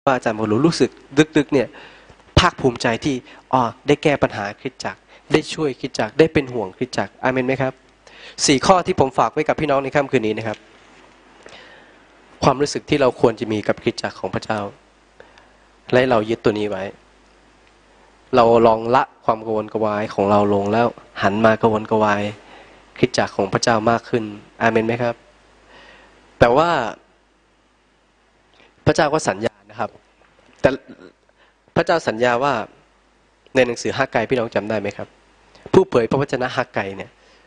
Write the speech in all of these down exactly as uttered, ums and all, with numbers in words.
ว่าอาจารย์โมโลรู้สึกดึกๆเนี่ยภาคภูมิใจที่อ๋อได้แก้ปัญหาคริสตจักรได้ช่วยคริสตจักรได้เป็นห่วงคริสตจักรอาเมนไหมครับสี่ข้อที่ผมฝากไว้กับพี่น้องในค่ำคืนนี้นะครับความรู้สึกที่เราควรจะมีกับคริสตจักรของพระเจ้าและเรายึดตัวนี้ไว้เราลองละความกังวลกวายของเราลงแล้วหันมากังวลกวายคริสตจักรของพระเจ้ามากขึ้นอาเมนไหมครับแต่ว่าพระเจ้าก็สัญญานะครับแต่พระเจ้าสัญญาว่าในหนังสือฮักไกพี่น้องจำได้ไหมครับผู้เผยพระวจนะฮักไกเนี่ย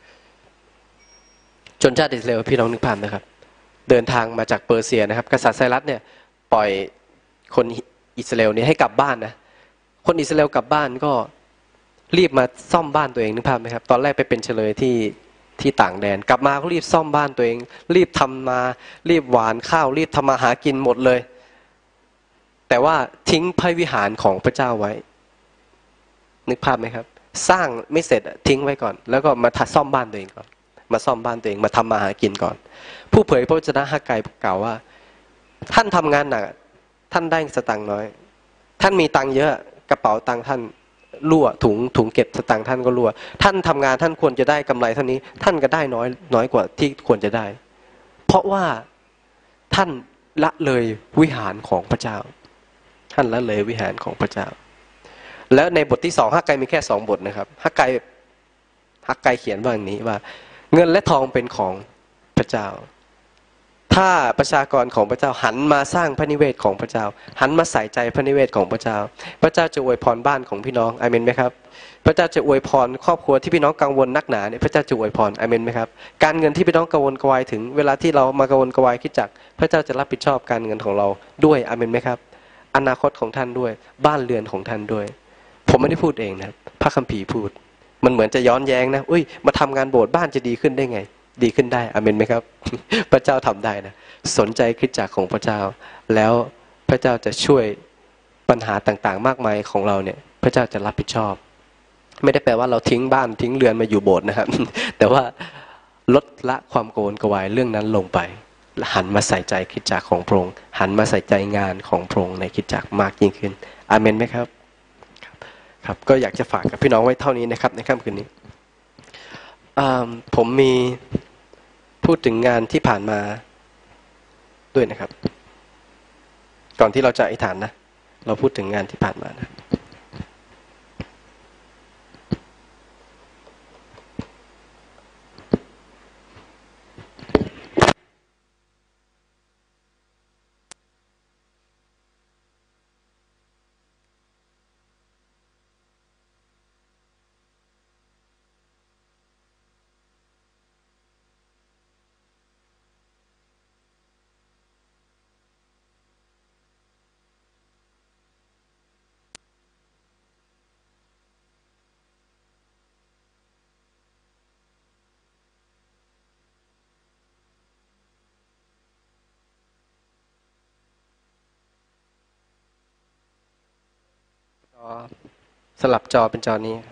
ชนชาติอิสราเอลพี่น้องนึกภาพนะครับเดินทางมาจากเปอร์เซียนะครับกษัตริย์ไซรัสเนี่ยปล่อยคนอิสราเอลเนี่ยให้กลับบ้านนะคนอิสราเอลกลับบ้านก็รีบมาซ่อมบ้านตัวเองนึกภาพไหมครับตอนแรกไปเป็นเฉลยที่ที่ต่างแดนกลับมาก็รีบซ่อมบ้านตัวเองรีบทำมารีบหวานข้าวรีบทำมาหากินหมดเลยแต่ว่าทิ้งพระวิหารของพระเจ้าไว้นึกภาพไหมครับสร้างไม่เสร็จทิ้งไว้ก่อนแล้วก็มาทัดซ่อมบ้านตัวเองก่อนมาซ่อมบ้านตัวเองมาทำมาหากินก่อนผู้เผยพระวจนะฮักไกกล่าวว่าท่านทำงานหนักท่านได้สตังค์น้อยท่านมีตังค์เยอะกระเป๋าตังค์ท่านรั่วถุงถุงเก็บสตังค์ท่านก็รั่วท่านทำงานท่านควรจะได้กำไรเท่านี้ท่านก็ได้น้อยน้อยกว่าที่ควรจะได้เพราะว่าท่านละเลยวิหารของพระเจ้าท่านละเลยวิหารของพระเจ้าแล้วในบทที่สองฮักไกมีแค่สองบทนะครับฮักไกฮักไกเขียนว่าอย่างนี้ว่าเงินและทองเป็นของพระเจ้าถ้าประชากรของพระเจ้าหันมาสร้างพระนิเวศของพระเจ้าหันมาใส่ใจพระนิเวศของพระเจ้าพระเจ้าจะอวยพรบ้านของพี่น้องอาเมนไหมครับพระเจ้าจะอวยพรครอบครัวที่พี่น้องกังวลนักหนาเนี่ยพระเจ้าจะอวยพรอาเมนไหมครับการเงินที่พี่น้องกังวลกวายถึงเวลาที่เรามากังวลกวายคิดจักพระเจ้าจะรับผิดชอบการเงินของเราด้วยอาเมนไหมครับอนาคตของท่านด้วยบ้านเรือนของท่านด้วยผมไม่ได้พูดเองนะพระคัมภีร์พูดมันเหมือนจะย้อนแย้งนะอุ้ยมาทำงานโบสถ์บ้านจะดีขึ้นได้ไงดีขึ้นได้อาเมนไหมครับ พระเจ้าทำได้นะสนใจคริสตจักรของพระเจ้าแล้วพระเจ้าจะช่วยปัญหาต่างๆมากมายของเราเนี่ยพระเจ้าจะรับผิดชอบไม่ได้แปลว่าเราทิ้งบ้านทิ้งเรือนมาอยู่โบสถ์นะครับ แต่ว่าลดละความกังวลกวายเรื่องนั้นลงไปหันมาใส่ใจคริสตจักรของพระองค์หันมาใส่ใจงานของพระองค์ในคริสตจักรมากยิ่งขึ้นอาเมนไหมครับครับก็อยากจะฝากกับพี่น้องไว้เท่านี้นะครับในค่ำคืนนี้ผมมีพูดถึงงานที่ผ่านมาด้วยนะครับก่อนที่เราจะอธิษฐานนะเราพูดถึงงานที่ผ่านมานะสลับจอเป็นจอนี้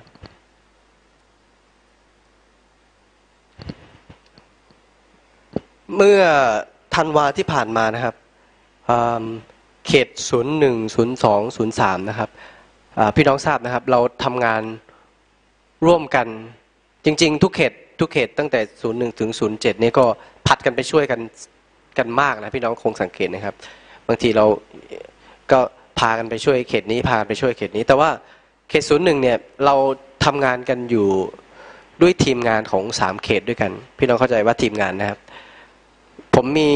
เมื่อธันวาที่ผ่านมานะครับเขตศูนย์หนึ่งศูนย์สองศูนย์สามนะครับพี่น้องทราบนะครับเราทำงานร่วมกันจริงๆทุกเขตทุกเขตตั้งแต่ศูนย์หนึ่งถึงศูนย์เจ็ดนี่ก็ผัดกันไปช่วยกันกันมากนะพี่น้องคงสังเกตนะครับบางทีเราก็พากันไปช่วยเขตนี้พากันไปช่วยเขตนี้แต่ว่าเขตศูนย์หนึ่งเนี่ยเราทำงานกันอยู่ด้วยทีมงานของสามเขตด้วยกันพี่น้องเข้าใจว่าทีมงานนะครับผมมี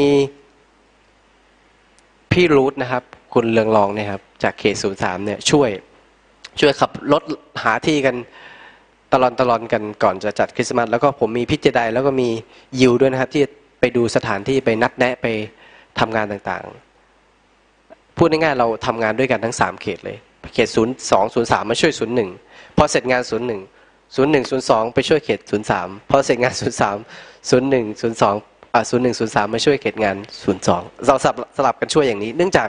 พี่รูทนะครับคุณเลืองรองเนี่ยครับจากเขตศูนย์สามเนี่ยช่วยช่วยขับรถหาที่กันตลอดตลอดกันก่อนจะจัดคริสต์มาสแล้วก็ผมมีพี่เจไดแล้วก็มียิวด้วยนะครับที่ไปดูสถานที่ไปนัดแนะไปทำงานต่างๆพูดง่ายๆเราทำงานด้วยกันทั้งสามเขตเลยเขตศูนย์สองศูนย์สามมาช่วยศูนย์หนึ่งพอเสร็จงานศูนย์หนึ่งศูนย์หนึ่งศูนย์สองไปช่วยเขตศูนย์สามพอเสร็จงานศูนย์สามศูนย์หนึ่งศูนย์สองอ่าศูนย์หนึ่งศูนย์สามมาช่วยเขตงานศูนย์สองเราสลับสลับกันช่วยอย่างนี้เนื่องจาก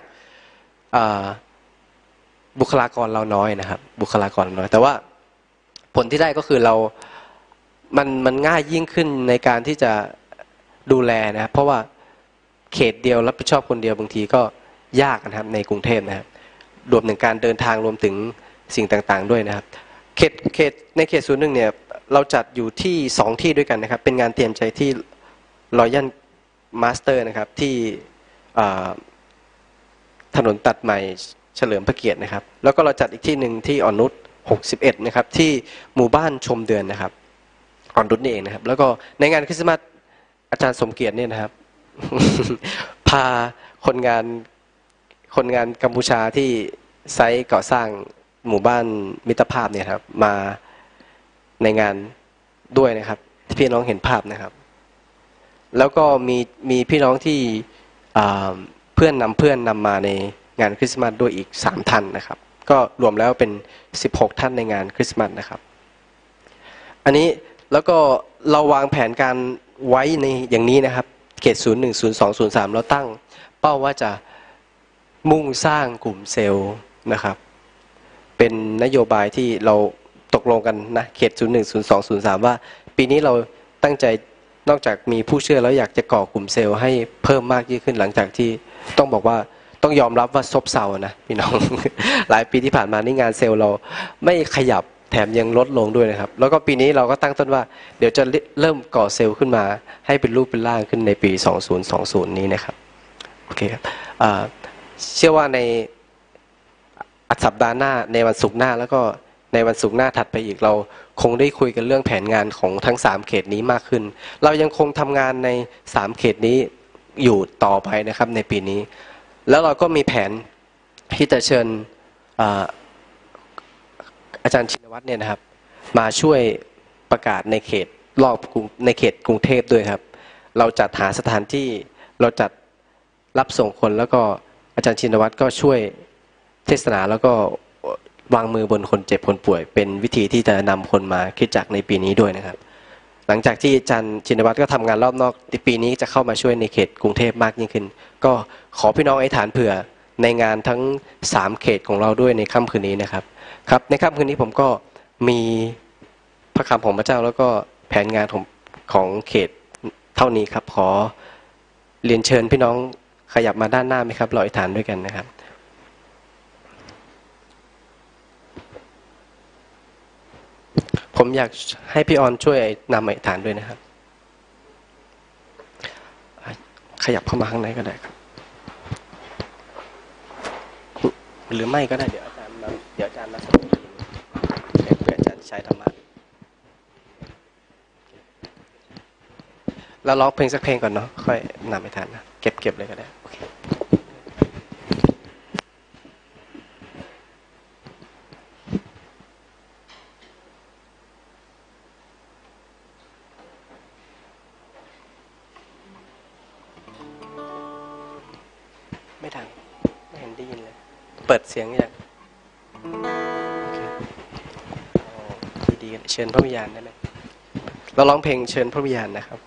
บุคลากรเราน้อยนะครับบุคลากรน้อยแต่ว่าผลที่ได้ก็คือเรามันมันง่ายยิ่งขึ้นในการที่จะดูแลนะครับเพราะว่าเขตเดียวรับผิดชอบคนเดียวบางทีก็ยากนะครับในกรุงเทพนะครับรวมถึงการเดินทางรวมถึงสิ่งต่างๆด้วยนะครับเขตเขตในเขตศูนย์หนึ่งเนี่ยเราจัดอยู่ที่สองที่ด้วยกันนะครับเป็นงานเตรียมใจที่รอยัลมาสเตอร์นะครับที่ถนนตัดใหม่เฉลิมพระเกียรตินะครับแล้วก็เราจัดอีกที่หนึ่งที่อ่อนนุชหกสิบเอ็ดนะครับที่หมู่บ้านชมเดือนนะครับอ่อนนุชนี่เองนะครับแล้วก็ในงานคริสต์มาสอาจารย์สมเกียรติเนี่ยนะครับ พาคนงานคนงานกัมพูชาที่ไซต์ก่อสร้างหมู่บ้านมิตรภาพเนี่ยครับมาในงานด้วยนะครับที่พี่น้องเห็นภาพนะครับแล้วก็มีมีพี่น้องที่เพื่อนนำเพื่อนนำมาในงานคริสต์มาสด้วยอีกสามท่านนะครับก็รวมแล้วเป็นสิบหกท่านในงานคริสต์มาสนะครับอันนี้แล้วก็เราวางแผนการไว้ในอย่างนี้นะครับเขตศูนย์หนึ่งศูนย์สองศูนย์สามเราตั้งเป้าว่าจะมุ่งสร้างกลุ่มเซลล์นะครับเป็นนโยบายที่เราตกลงกันนะเขตศูนย์หนึ่งศูนย์สองศูนย์สามว่าปีนี้เราตั้งใจนอกจากมีผู้เชื่อแล้วอยากจะก่อกลุ่มเซลล์ให้เพิ่มมากยิ่งขึ้นหลังจากที่ต้องบอกว่าต้องยอมรับว่าซบเซานะพี่น้อง หลายปีที่ผ่านมานี่งานเซลล์เราไม่ขยับแถมยังลดลงด้วยนะครับแล้วก็ปีนี้เราก็ตั้งต้นว่าเดี๋ยวจะเริ่มก่อเซลล์ขึ้นมาให้เป็นรูปเป็นร่างขึ้นในปีสองพันยี่สิบนี้นะครับโอเคครับเชื่อว่าในสัปดาห์หน้าในวันศุกร์หน้าแล้วก็ในวันศุกร์หน้าถัดไปอีกเราคงได้คุยกันเรื่องแผนงานของทั้งสามเขตนี้มากขึ้นเรายังคงทำงานในสามเขตนี้อยู่ต่อไปนะครับในปีนี้แล้วเราก็มีแผนที่จะเชิญอาจารย์ชินวัตรเนี่ยนะครับมาช่วยประกาศในเขตรอบในเขตกรุงเทพด้วยครับเราจัดหาสถานที่เราจัดรับส่งคนแล้วก็อาจารย์ชินวัตรก็ช่วยเทศนาแล้วก็วางมือบนคนเจ็บคนป่วยเป็นวิธีที่จะนำคนมาคริสตจักรในปีนี้ด้วยนะครับหลังจากที่อาจารย์ชินวัตรก็ทำงานรอบนอกปีนี้จะเข้ามาช่วยในเขตกรุงเทพมากยิ่งขึ้นก็ขอพี่น้องอธิษฐานเผื่อในงานทั้งสามเขตของเราด้วยในค่ำคืนนี้นะครับครับในค่ำคืนนี้ผมก็มีพระคำของพระเจ้าแล้วก็แผนงานของของเขตเท่านี้ครับขอเรียนเชิญพี่น้องขยับมาด้านหน้าไหมครับเราอธิษฐานด้วยกันนะครับผมอยากให้พี่ออนช่วยนำอธิษฐานด้วยนะครับขยับเข้ามาข้างในก็ได้ครับหรือไม่ก็ได้เดี๋ยวอาจารย์มาเดี๋ยวอาจารย์มาสอนเพื่ออาจารย์ใช้ธรรมะเราร้องเพลงสักเพลงก่อนเนาะค่อยนำไปทานนะเก็บเก็บเลยก็ได้โอเคไม่ทันไม่เห็นได้ยินเลยเปิดเสียงอย่างดีๆเชิญพระวิญญาณได้ไหมเราร้องเพลงเชิญพระวิญญาณนะครับ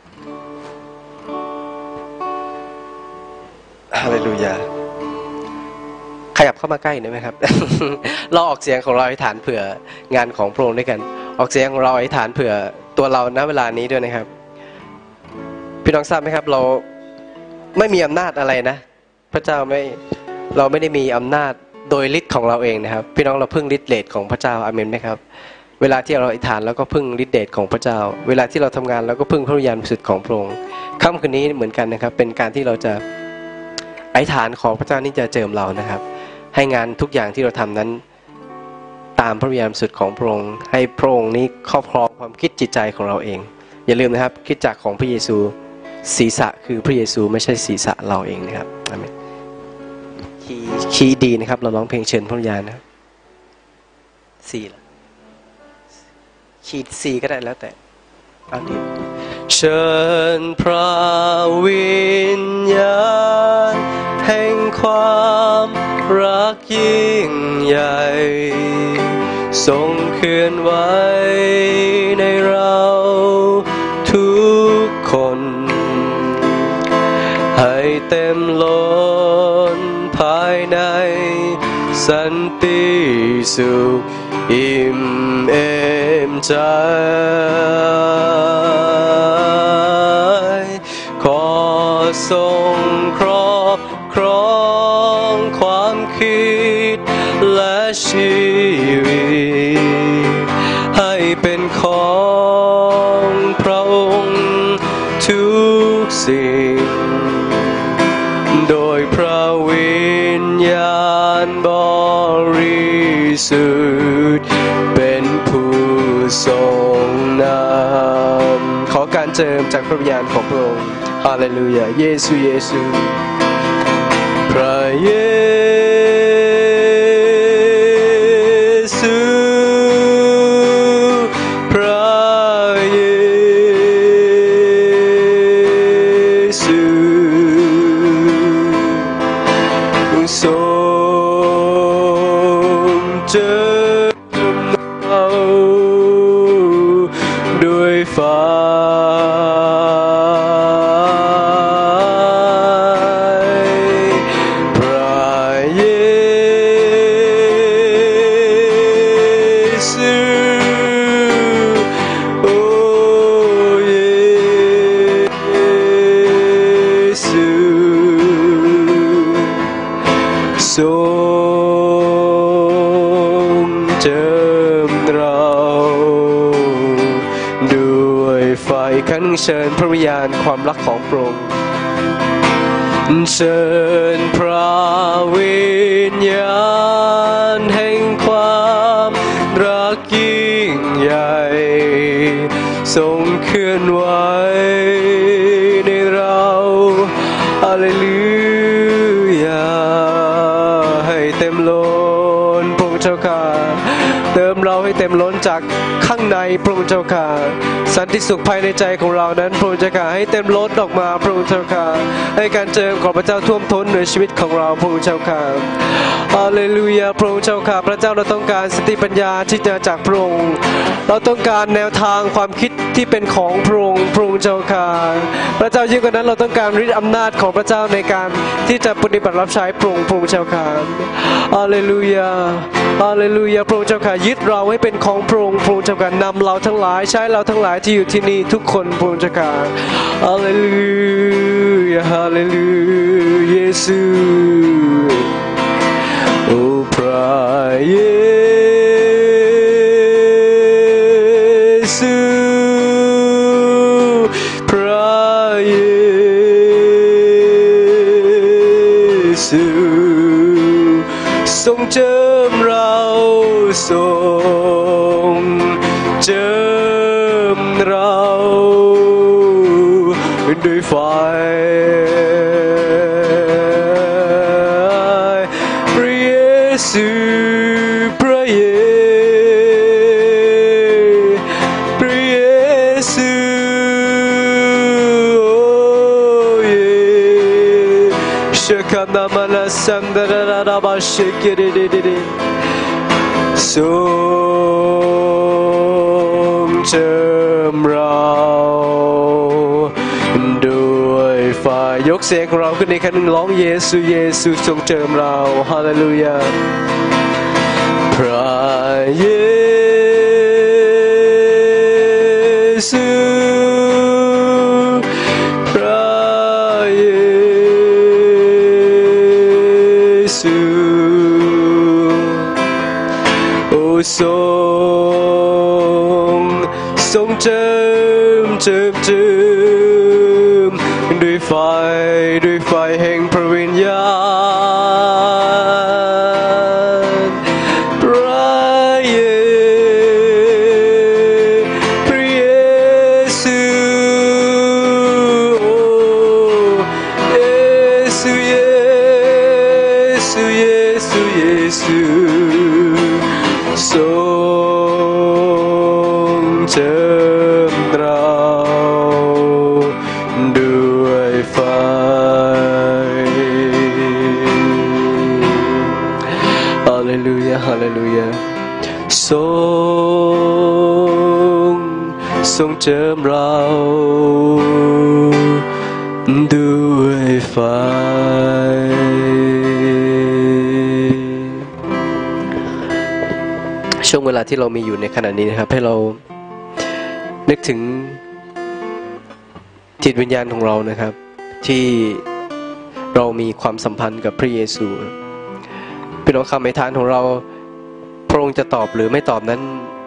ฮาเลลูยาขยับเข้ามาใกล้หน่อยไหมครับ เราออกเสียงของเราอธิษฐานเผื่องานของพระองค์ด้วยกันออกเสียงของเราอธิษฐานเผื่อตัวเราณเวลานี้ด้วยนะครับพี่น้องทราบไหมครับเราไม่มีอำนาจอะไรนะพระเจ้าไม่เราไม่ได้มีอำนาจโดยฤทธิ์ของเราเองนะครับพี่น้องเราพึ่งฤทธิ์เดชของพระเจ้าอาเมนไหมครับเวลาที่เราอธิษฐานแล้วก็พึ่งฤทธิ์เดชของพระเจ้าเวลาที่เราทำงานแล้วก็พึ่งพระวิญญาณบริสุทธิ์ของพระองค์ค่ำคืนนี้เหมือนกันนะครับเป็นการที่เราจะอธิษฐานขอพระเจ้านี่จะเจิมเรานะครับให้งานทุกอย่างที่เราทำนั้นตามพระวิญญาณบริสุทธิ์ของพระองค์ให้พระองค์นี้ครอบครองความคิดจิตใจของเราเองอย่าลืมนะครับคริสตจักรของพระเยซูศีรษะคือพระเยซูไม่ใช่ศีรษะเราเองนะครับอาเมนคีย์คีย์ดีนะครับเราร้องเพลงเชิญพระวิญญาณนะครับสี่ละคีย์สี่ก็ได้แล้วแต่เอาดีเชิญพระวิญญาณแห่งความรักยิ่งใหญ่ทรงเคลื่อนไหวในเราทุกคนให้เต็มล้นภายในสันติสุขอิ่มเอมใจขอทรงครอบครองตและชีวิตให้เป็นของพระองค์ทุกสิ่งโดยพระวิญญาณบริสุทธิ์เป็นผู้ทรงนำขอการเจิมจากพระวิญญาณของพระองค์ฮาเลลูยาเยซูเยซูพระเยซูพระเยซูทรงเจิมเราด้วยไฟทรงเจิมเราด้วยไฟครั้งเชิญพระวิญญาณความรักของพระองค์เชิญพระวิญญาณแห่งความรักยิ่งใหญ่ทรงเคลื่อนไหวในเราฮาเลลูยาเต็มล้นพระองค์เจ้าข้าเติมเราให้เต็มล้นจากข้างในพระองค์เจ้าข้าสันติสุขภายในใจของเรานั้นพระองค์เจ้าข้าให้เต็มล้นออกมาพระองค์เจ้าข้าให้การเจิมของพระเจ้าท่วมท้นในชีวิตของเราพระองค์เจ้าข้าฮาเลลูยาพระองค์เจ้าข้าพระเจ้าเราต้องการสติปัญญาที่จะจากพระองค์เราต้องการแนวทางความคิดที่เป็นของพระองค์พระองค์เจ้าข้าพระเจ้ายิ่งกว่านั้นเราต้องการฤทธิ์อำนาจของพระเจ้าในการที่จะปฏิบัติรับใช้พระองค์พระองค์เจ้าข้าฮาเลลูยาฮาเลลูยาพระองค์เจ้าข้ายึดเราให้เป็นของพระองค์พระองค์เจ้าข้านำเราทั้งหลายใช้เราทั้งหลายที่อยู่ที่นี่ทุกคนพระองค์เจ้าข้าฮาเลลูยาฮาเลลูยาเยซูโอ้พระเยซูพระเยซูทรงเจิมเราทรงเจิมเราด้วยไฟพระเยซูพระเยพระเยซูโอ้เยชะคานามาลาซัมดาราราบาเชกิริดิดิทรงเจิมเราด้วยไฟยกเสียงของเราขึ้นในครั้งหนึ่งร้องเยซูเยซูทรงเจิมเราฮาเลลูยาพระเยซูพระเยซูโอ้ทรงทรงเจิมเจิมเจิมด้วยไฟด้วยไฟแห่งพระวิญญาณพระเยพระเยซูโอ้เยซูเยซูเยซูเยซูทรงเจิมเราด้วยไฟฮาเลลูยาฮาเลลูยาทรงทรงเจิมเราด้วยไฟช่วงเวลาที่เรามีอยู่ในขณะนี้นะครับให้เรานึกถึงจิตวิญญาณของเรานะครับที่เรามีความสัมพันธ์กับพระเยซูพี่น้องคำอธิษฐานของเราพระองค์จะตอบหรือไม่ตอบนั้น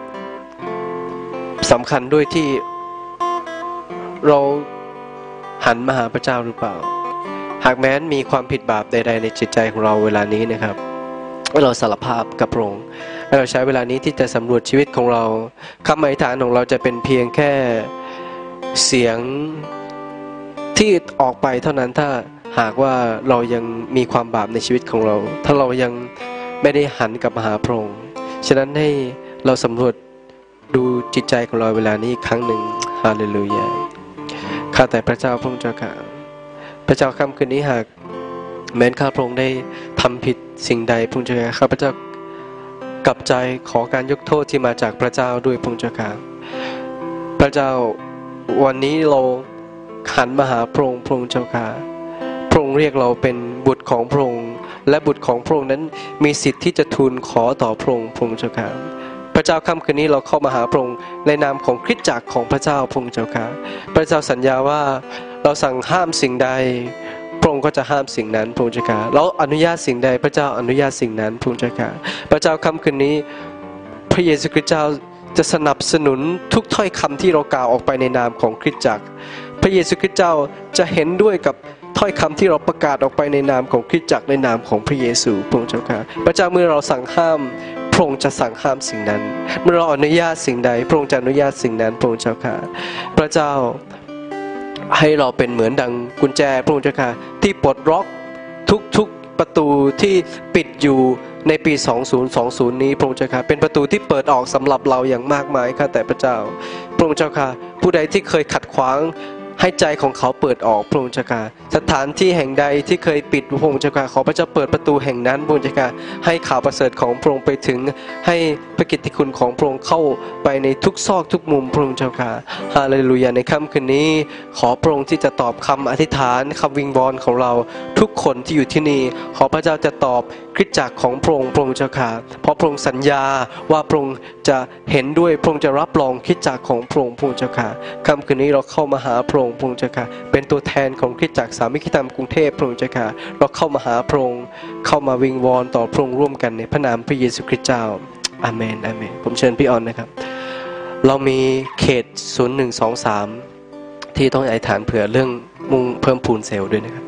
สำคัญด้วยที่เราหันมาหาพระเจ้าหรือเปล่าหากแม้นมีความผิดบาปใดๆในจิตใจของเราเวลานี้นะครับเราสารภาพกับพระองค์เราใช้เวลานี้ที่จะสำรวจชีวิตของเราคำอธิษฐานของเราจะเป็นเพียงแค่เสียงที่ออกไปเท่านั้นถ้าหากว่าเรายังมีความบาปในชีวิตของเราถ้าเรายังไม่ได้หันกลับมาหาพระองค์ฉะนั้นให้เราสำรวจดูจิตใจของเราเวลานี้อีกครั้งหนึ่งฮาเลลูยาข้าแต่พระเจ้าพระองค์เจ้าข้าพระเจ้าค่ำคืนนี้หากแม้นข้าพระองค์ได้ทำผิดสิ่งใดพระองค์เจ้าข้าข้าพระเจ้ากลับใจขอการยกโทษที่มาจากพระเจ้าด้วยพระองค์เจ้าข้าพระเจ้าวันนี้เราหันมาหาพระองค์พระองค์เจ้าข้าพระองค์เรียกเราเป็นบุตรของพระองค์และบุตรของพระองค์นั้นมีสิทธิ์ที่จะทูลขอต่อพระองค์พระองค์เจ้าข้าพระเจ้าค่ำคืนนี้เราเข้ามาหาพระองค์ในนามของคริสตจักรของพระเจ้าพระองค์เจ้าข้าพระเจ้าสัญญาว่าเราสั่งห้ามสิ่งใดพระองค์ก็จะห้ามสิ่งนั้นพระองค์เจ้าข้าเราอนุญาตสิ่งใดพระเจ้าอนุญาตสิ่งนั้นพระองค์เจ้าข้าพระเจ้าค่ำคืนนี้พระเยซูคริสต์เจ้าจะสนับสนุนทุกถ้อยคำที่เรากล่าวออกไปในนามของคริสตจักรพระเยซูคริสต์เจ้าจะเห็นด้วยกับถ้อยคำที่เราประกาศออกไปในนามของคริสตจักรในนามของพระเยซูพระองค์เจ้าข้าพระเจ้าเมื่อเราสั่งห้ามพระองค์จะสั่งห้ามสิ่งนั้นเมื่อเราอนุญาตสิ่งใดพระองค์จะอนุญาตสิ่งนั้นพระองค์เจ้าข้าพระเจ้าให้เราเป็นเหมือนดังกุญแจพระองค์เจ้าข้าที่ปลดล็อกทุกๆประตูที่ปิดอยู่ในปีสองพันยี่สิบนี้พระองค์เจ้าข้าเป็นประตูที่เปิดออกสำหรับเราอย่างมากมายข้าแต่พระเจ้าพระองค์เจ้าข้าผู้ใดที่เคยขัดขวางให้ใจของเขาเปิดออกพระองค์เจ้าข้าสถานที่แห่งใดที่เคยปิดพระองค์เจ้าข้าขอพระเจ้าเปิดประตูแห่งนั้นพระองค์เจ้าข้าให้ข่าวประเสริฐของพระองค์ไปถึงให้พระกิตติคุณของพระองค์เข้าไปในทุกซอกทุกมุมพระองค์เจ้าข้าฮาเลลูยาในค่ำคืนนี้ขอพระองค์ที่จะตอบคำอธิษฐานคำวิงวอนของเราทุกคนที่อยู่ที่นี่ขอพระเจ้าจะตอบคริสตจักรของพระองค์พระองค์เจ้าข้าเพราะพระองค์สัญญาว่าพระองค์จะเห็นด้วยพระองค์จะรับรองคริสตจักรของพระองค์พระองค์เจ้าข้าค่ำคืนนี้เราเข้ามาหาพระองค์พระองค์เจ้าข้าเป็นตัวแทนของคริสตจักรสามัคคีธรรมกรุงเทพพระองค์เจ้าข้าเราเข้ามาหาพระองค์เข้ามาวิงวอนต่อพระองค์ร่วมกันในพระนามพระเยซูคริสต์เจ้าอาเมนอาเมนผมเชิญพี่ออนนะครับเรามีเขตศูนย์หนึ่งสองสามที่ต้องอธิษฐานเผื่อเรื่องมุ่งเพิ่มพูนเซลล์ด้วยนะครับ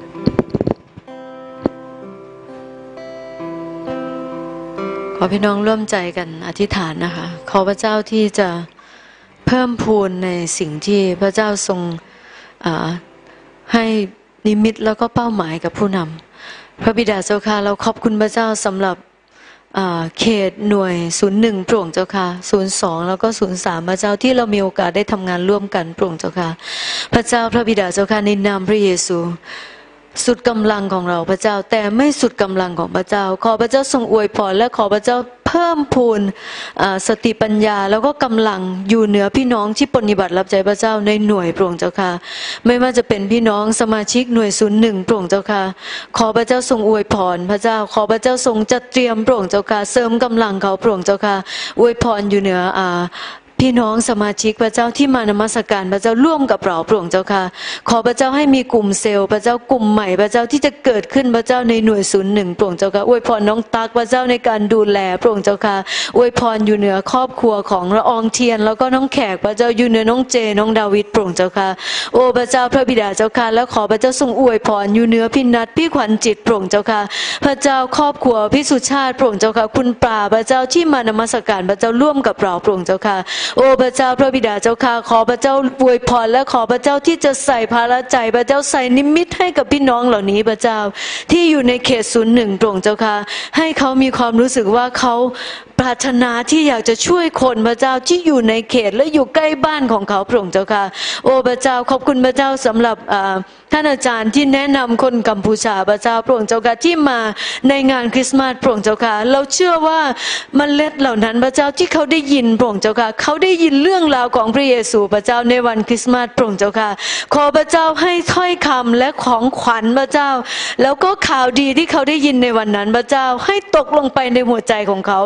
ขอพี่น้องร่วมใจกันอธิษฐานนะคะขอพระเจ้าที่จะเพิ่มพูนในสิ่งที่พระเจ้าทรงให้นิมิตแล้วก็เป้าหมายกับผู้นำพระบิดาเจ้าค่ะเราขอบคุณพระเจ้าสำหรับเขตหน่วยศูนย์หนึ่งพระองค์เจ้าค่ะศูนย์สองแล้วก็ศูนย์สามพระเจ้าที่เรามีโอกาสได้ทำงานร่วมกันพระองค์เจ้าค่ะพระเจ้าพระบิดาเจ้าค่ะในนามพระเยซูสุดกำลังของเราพระเจ้าแต่ไม่สุดกำลังของพระเจ้าขอพระเจ้าทรงอวยพรและขอพระเจ้าเพิ่มพูนสติปัญญาแล้วก็กำลังอยู่เหนือพี่น้องที่ปฏิบัติรับใช้พระเจ้าในหน่วยพระองค์เจ้าค่ะไม่ว่าจะเป็นพี่น้องสมาชิกหน่วยศูนย์หนึ่งพระองค์เจ้าค่ะขอพระเจ้าทรงอวยพรพระเจ้าขอพระเจ้าทรงจัดเตรียมพระองค์เจ้าค่ะเสริมกำลังเขาพระองค์เจ้าค่ะอวยพรอยู่เหนือพี่น้องสมาชิกพระเจ้าที่มานมัสการพระเจ้าร่วมกับเราพระองค์เจ้าค่ะขอพระเจ้าให้มีกลุ่มเซลล์พระเจ้ากลุ่มใหม่พระเจ้าที่จะเกิดขึ้นพระเจ้าในหน่วยศูนย์หนึ่งพระองค์เจ้าค่ะอวยพรน้องตักพระเจ้าในการดูแลพระองค์เจ้าค่ะอวยพรอยู่เหนือครอบครัวของละอองเทียนแล้วก็น้องแขกพระเจ้าอยู่เหนือน้องเจน้องดาวิดพระองค์เจ้าค่ะโอ้พระเจ้าพระบิดาเจ้าค่ะแล้วขอพระเจ้าทรงอวยพรอยู่เหนือพี่นัทพี่ขวัญจิตพระองค์เจ้าค่ะพระเจ้าครอบครัวพี่สุชาติพระองค์เจ้าค่ะคุณปราพระเจ้าที่มานมัสการพระเจ้าร่วมกับเราพระองค์เจ้าค่ะโอ้พระเจ้าพระบิดาเจ้าค่ะขอพระเจ้าอวยพรและขอพระเจ้าที่จะใส่ภาระใจพระเจ้าใส่นิมิตให้กับพี่น้องเหล่านี้พระเจ้าที่อยู่ในเขตศูนย์หนึ่งพระองค์เจ้าค่ะให้เขามีความรู้สึกว่าเขาปรารถนาที่อยากจะช่วยคนพระเจ้าที่อยู่ในเขตและอยู่ใกล้บ้านของเขาพระองค์เจ้าค่ะโอ้พระเจ้าขอบคุณพระเจ้าสำหรับท่านอาจารย์ที่แนะนำคนกัมพูชาพระเจ้าพระองค์เจ้าค่ะที่มาในงานคริสต์มาสพระองค์เจ้าค่ะเราเชื่อว่าเมล็ดเหล่านั้นพระเจ้าที่เขาได้ยินพระองค์เจ้าค่ะเขาได้ยินเรื่องราวของพระเยซูพระเจ้าในวันคริสต์มาสพระองค์เจ้าค่ะขอพระเจ้าให้ถ้อยคำและของขวัญพระเจ้าแล้วก็ข่าวดีที่เขาได้ยินในวันนั้นพระเจ้าให้ตกลงไปในหัวใจของเขาและ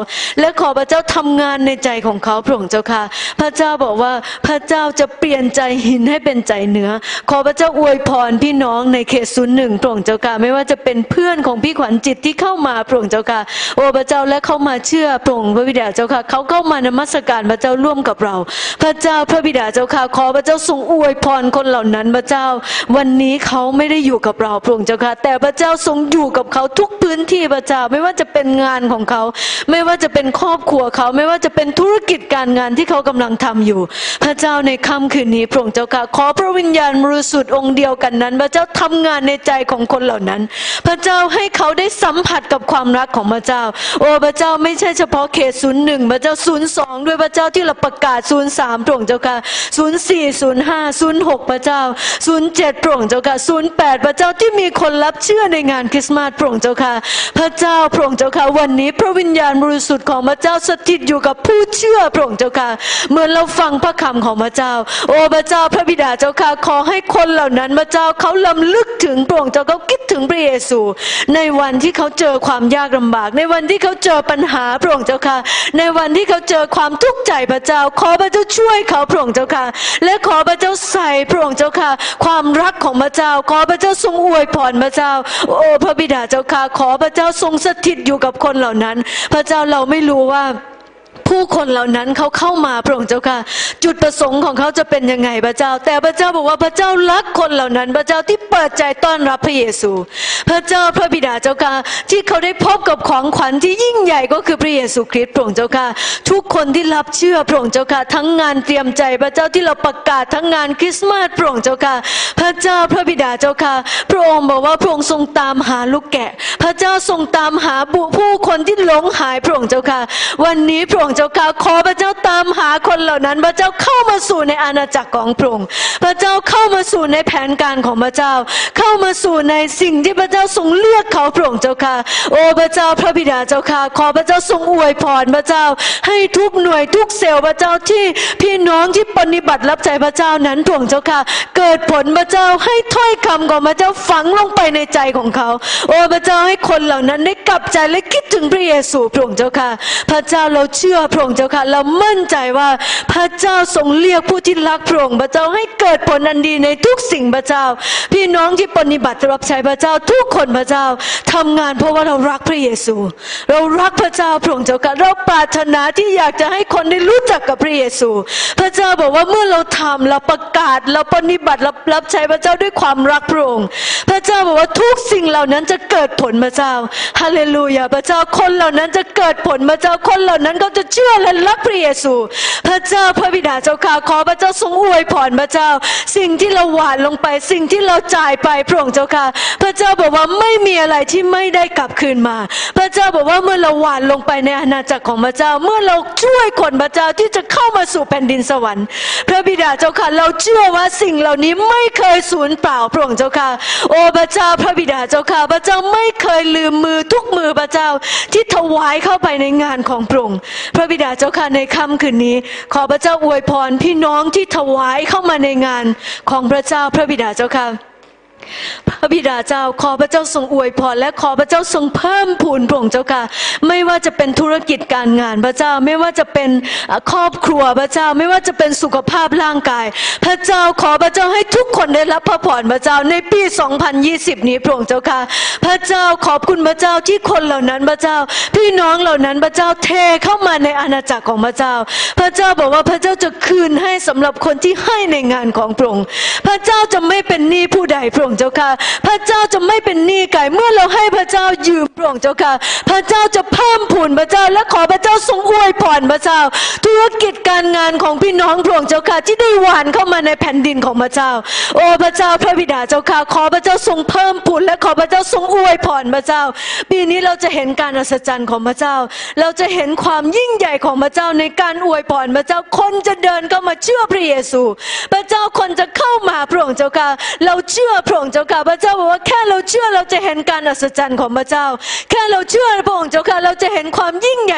และขอพระเจ้าทำงานในใจของเขาพระองค์เจ้าค่ะพระเจ้าบอกว่าพระเจ้าจะเปลี่ยนใจหินให้เป็นใจเนื้อขอพระเจ้าอวยพรพี่น้องในเขตศูนย์หนึ่งพระองค์เจ้าค่ะไม่ว่าจะเป็นเพื่อนของพี่ขวัญจิตที่เข้ามาพระองค์เจ้าค่ะโอ้พระเจ้าและเข้ามาเชื่อพระองค์พระบิดาเจ้าค่ะเขาเข้ามานมัสการพระเจ้าร่วมกับเราพระเจ้าพระบิดาเจ้าค่ะขอพระเจ้าทรงอวยพรคนเหล่านั้นพระเจ้าวันนี้เขาไม่ได้อยู่กับเราพระองค์เจ้าค่ะแต่พระเจ้าทรงอยู่กับเขาทุกพื้นที่พระเจ้าไม่ว่าจะเป็นงานของเขาไม่ว่าจะเป็นครอบครัวเขาไม่ว่าจะเป็นธุรกิจการงานที่เขากำลังทำอยู่พระเจ้าในค่ำคืนนี้พระองค์เจ้าค่ะขอพระวิญญาณบริสุทธิ์องค์เดียวกันนั้นพระเจ้าทำงานในใจของคนเหล่านั้นพระเจ้าให้เขาได้สัมผัสกับความรักของพระเจ้าโอ้พระเจ้าไม่ใช่เฉพาะเขตศูนย์หนึ่งพระเจ้าศูนย์สองด้วยพระเจ้าที่เราประกาศศูนย์สามพระองค์เจ้าค่ะศูนย์สี่ศูนย์ห้าศูนย์หกพระเจ้าศูนย์เจ็ดพระองค์เจ้าค่ะศูนย์แปดพระเจ้าที่มีคนรับเชื่อในงานคริสต์มาสพระองค์เจ้าค่ะพระเจ้าพระองค์เจ้าค่ะวันนี้พระวิญญาณบริสุทธิ์ของพระเจ้าสถิตอยู่กับผู้เชื่อพระองค์เจ้าค่ะเมื่อเราฟังพระคำของพระเจ้าโอ้พระเจ้าพระบิดาเจ้าค่ะขอให้คนเหล่านั้นพระเจ้าเขาลำลึกถึงพระองค์เจ้าเขาคิดถึงพระเยซูในวันที่เขาเจอความยากลำบากในวันที่เขาเจอปัญหาพระองค์เจ้าค่ะในวันที่เขาเจอความทุกข์ใจพระเจ้าขอพระเจ้าช่วยเขาพระองค์เจ้าค่ะและขอพระเจ้าใส่พระองค์เจ้าค่ะความรักของพระเจ้าขอพระเจ้าทรงอวยพรพระเจ้าโอ้พระบิดาเจ้าค่ะขอพระเจ้าทรงสถิตอยู่กับคนเหล่านั้นพระเจ้าเราไม่รู้ว่าผู้คนเหล่านั้นเขาเข้ามาพระองค์เจ้าค่ะจุดประสงค์ของเขาจะเป็นยังไงพระเจ้าแต่พระเจ้าบอกว่าพระเจ้ารักคนเหล่านั้นพระเจ้าที่เปิดใจต้อนรับพระเยซูพระเจ้าพระบิดาเจ้าค่ะที่เขาได้พบกับของขวัญที่ยิ่งใหญ่ก็คือพระเยซูคริสต์พระองค์เจ้าค่ะทุกคนที่รับเชื่อพระองค์เจ้าค่ะทั้งงานเตรียมใจพระเจ้าที่เราประกาศทั้งงานคริสต์มาสพระองค์เจ้าค่ะพระเจ้าพระบิดาเจ้าค่ะพระองค์บอกว่าพระองค์ทรงตามหาลูกแกะพระเจ้าทรงตามหาผู้คนที่หลงหายพระองค์เจ้าค่ะวันนี้พระองค์เจ้าค่ะขอพระเจ้าตามหาคนเหล่านั้นพระเจ้าเข้ามาสู่ในอาณาจักรของพระองค์พระเจ้าเข้ามาสู่ในแผนการของพระเจ้าเข้ามาสู่ในสิ่งที่พระเจ้าทรงเลือกเขาพระองค์เจ้าค่ะโอ้พระเจ้าพระบิดาเจ้าค่ะขอพระเจ้าทรงอวยพรพระเจ้าให้ทุกหน่วยทุกเซลล์พระเจ้าที่พี่น้องที่ปฏิบัติรับใช้พระเจ้านั้นพระองค์เจ้าค่ะเกิดผลพระเจ้าให้ถ้อยคำของพระเจ้าฝังลงไปในใจของเขาโอ้พระเจ้าให้คนเหล่านั้นได้กลับใจและคิดถึงพระเยซูพระองค์เจ้าค่ะพระเจ้าเราเชื่อพระองค์เจ้าค่ะเรามั่นใจว่าพระเจ้าทรงเรียกผู้ที่รักพระองค์พระเจ้าให้เกิดผลอันดีในทุกสิ่งพระเจ้าพี่น้องที่ปฏิบัติรับใช้พระเจ้าทุกคนพระเจ้าทำงานเพราะว่าเรารักพระเยซูเรารักพระเจ้าพระองค์เจ้าค่ะเราปรารถนาที่อยากจะให้คนได้รู้จักกับพระเยซูพระเจ้าบอกว่าเมื่อเราทำเราประกาศเราปฏิบัติรับรับใช้พระเจ้าด้วยความรักพระองค์พระเจ้าบอกว่าทุกสิ่งเหล่านั้นจะเกิดผลพระเจ้าฮาเลลูยาพระเจ้าคนเหล่านั้นจะเกิดผลพระเจ้าคนเหล่านั้นก็จะเชื่อและรักพระเยซูพระเจ้าพระบิดาเจ้าข้าขอพระเจ้าทรงอวยพรพระเจ้าสิ่งที่เราหวานลงไปสิ่งที่เราจ่ายไปพระองค์เจ้าข้าพระเจ้าบอกว่าไม่มีอะไรที่ไม่ได้กลับคืนมาพระเจ้าบอกว่าเมื่อเราหวานลงไปในอาณาจักรของพระเจ้าเมื่อเราช่วยคนพระเจ้าที่จะเข้ามาสู่แผ่นดินสวรรค์พระบิดาเจ้าข้าเราเชื่อว่าสิ่งเหล่านี้ไม่เคยสูญเปล่าพระองค์เจ้าข้าโอ้พระเจ้าพระบิดาเจ้าข้าพระเจ้าไม่เคยลืมมือทุกมือพระเจ้าที่ถวายเข้าไปในงานของพระองค์พระบิดาเจ้าข้าในค่ำคืนนี้ขอพระเจ้าอวยพรพี่น้องที่ถวายเข้ามาในงานของพระเจ้าพระบิดาเจ้าค่ะพระบิดาเจ้าขอพระเจ้าทรงอวยพรและขอพระเจ้าทรงเพิ่มพูนพระองค์เจ้าค่ะไม่ว่าจะเป็นธุรกิจการงานพระเจ้าไม่ว่าจะเป็นครอบครัวพระเจ้าไม่ว่าจะเป็นสุขภาพร่างกายพระเจ้าขอพระเจ้าให้ทุกคนได้รับพระพรพระเจ้าในปีสองพันยี่สิบนี้พระองค์เจ้าค่ะพระเจ้าขอบคุณพระเจ้าที่คนเหล่านั้นพระเจ้าพี่น้องเหล่านั้นพระเจ้าเทเข้ามาในอาณาจักรของพระเจ้าพระเจ้าบอกว่าพระเจ้าจะคืนให้สำหรับคนที่ให้ในงานของพระองค์พระเจ้าจะไม่เป็นหนี้ผู้ใดพระองค์เจ้าค่ะพระเจ้าจะไม่เป็นหนี้ไก่เมื่อเราให้พระเจ้ายืมพระองค์เจ้าค่ะพระเจ้าจะเพิ่มพูนพระเจ้าและขอพระเจ้าทรงอวยพรพระเจ้าธุรกิจการงานของพี่น้องพระองค์เจ้าค่ะที่ได้หวานเข้ามาในแผ่นดินของพระเจ้าโอ้พระเจ้าพระบิดาเจ้าค่ะขอพระเจ้าทรงเพิ่มพูนและขอพระเจ้าทรงอวยพรพระเจ้าปีนี้เราจะเห็นการอัศจรรย์ของพระเจ้าเราจะเห็นความยิ่งใหญ่ของพระเจ้าในการอวยพรพระเจ้าคนจะเดินเข้ามาเชื่อพระเยซูพระเจ้าคนจะเข้ามาพระองค์เจ้าค่ะเราเชื่อพระองค์เจ้าค่ะพระเจ้าบอกว่าแค่เราเชื่อเราจะเห็นการอัศจรรย์ของพระเจ้าแค่เราเชื่อพระองค์เจ้าค่ะเราจะเห็นความยิ่งใหญ่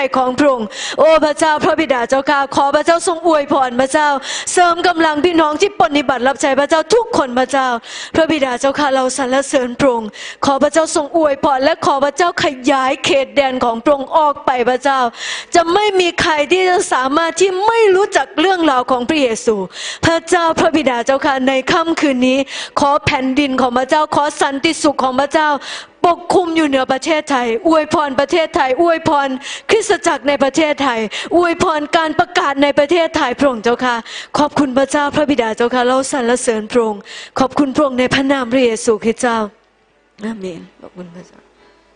ของพระองค์โอ้พระเจ้าพระบิดาเจ้าค่ะขอพระเจ้าทรงอวยพรพระเจ้าเสริมกำลังพี่น้องที่ปฏิบัติรับใช้พระเจ้าทุกคนพระเจ้าพระบิดาเจ้าค่ะเราสรรเสริญพระองค์ขอพระเจ้าทรงอวยพรและขอพระเจ้าขยายเขตแดนของพระองค์ออกไปพระเจ้าจะไม่มีใครที่จะสามารถที่ไม่รู้จักเรื่องราวของพระเยซูพระเจ้าพระบิดาเจ้าค่ะในค่ำคืนนี้ขอแผ่นดินของพระเจ้าขอสันติสุขของพระเจ้าปกคลุมอยู่เหนือประเทศไทยอวยพรประเทศไทยอวยพรคริสตจักรในประเทศไทยอวยพรการประกาศในประเทศไทยพระองค์เจ้าค่ะขอบคุณพระเจ้าพระบิดาเจ้าค่ะเราสรรเสริญพระองค์ขอบคุณพระองค์ในพระนามพระเยซูคริสต์เจ้าอาเมนขอบคุณพระเจ้า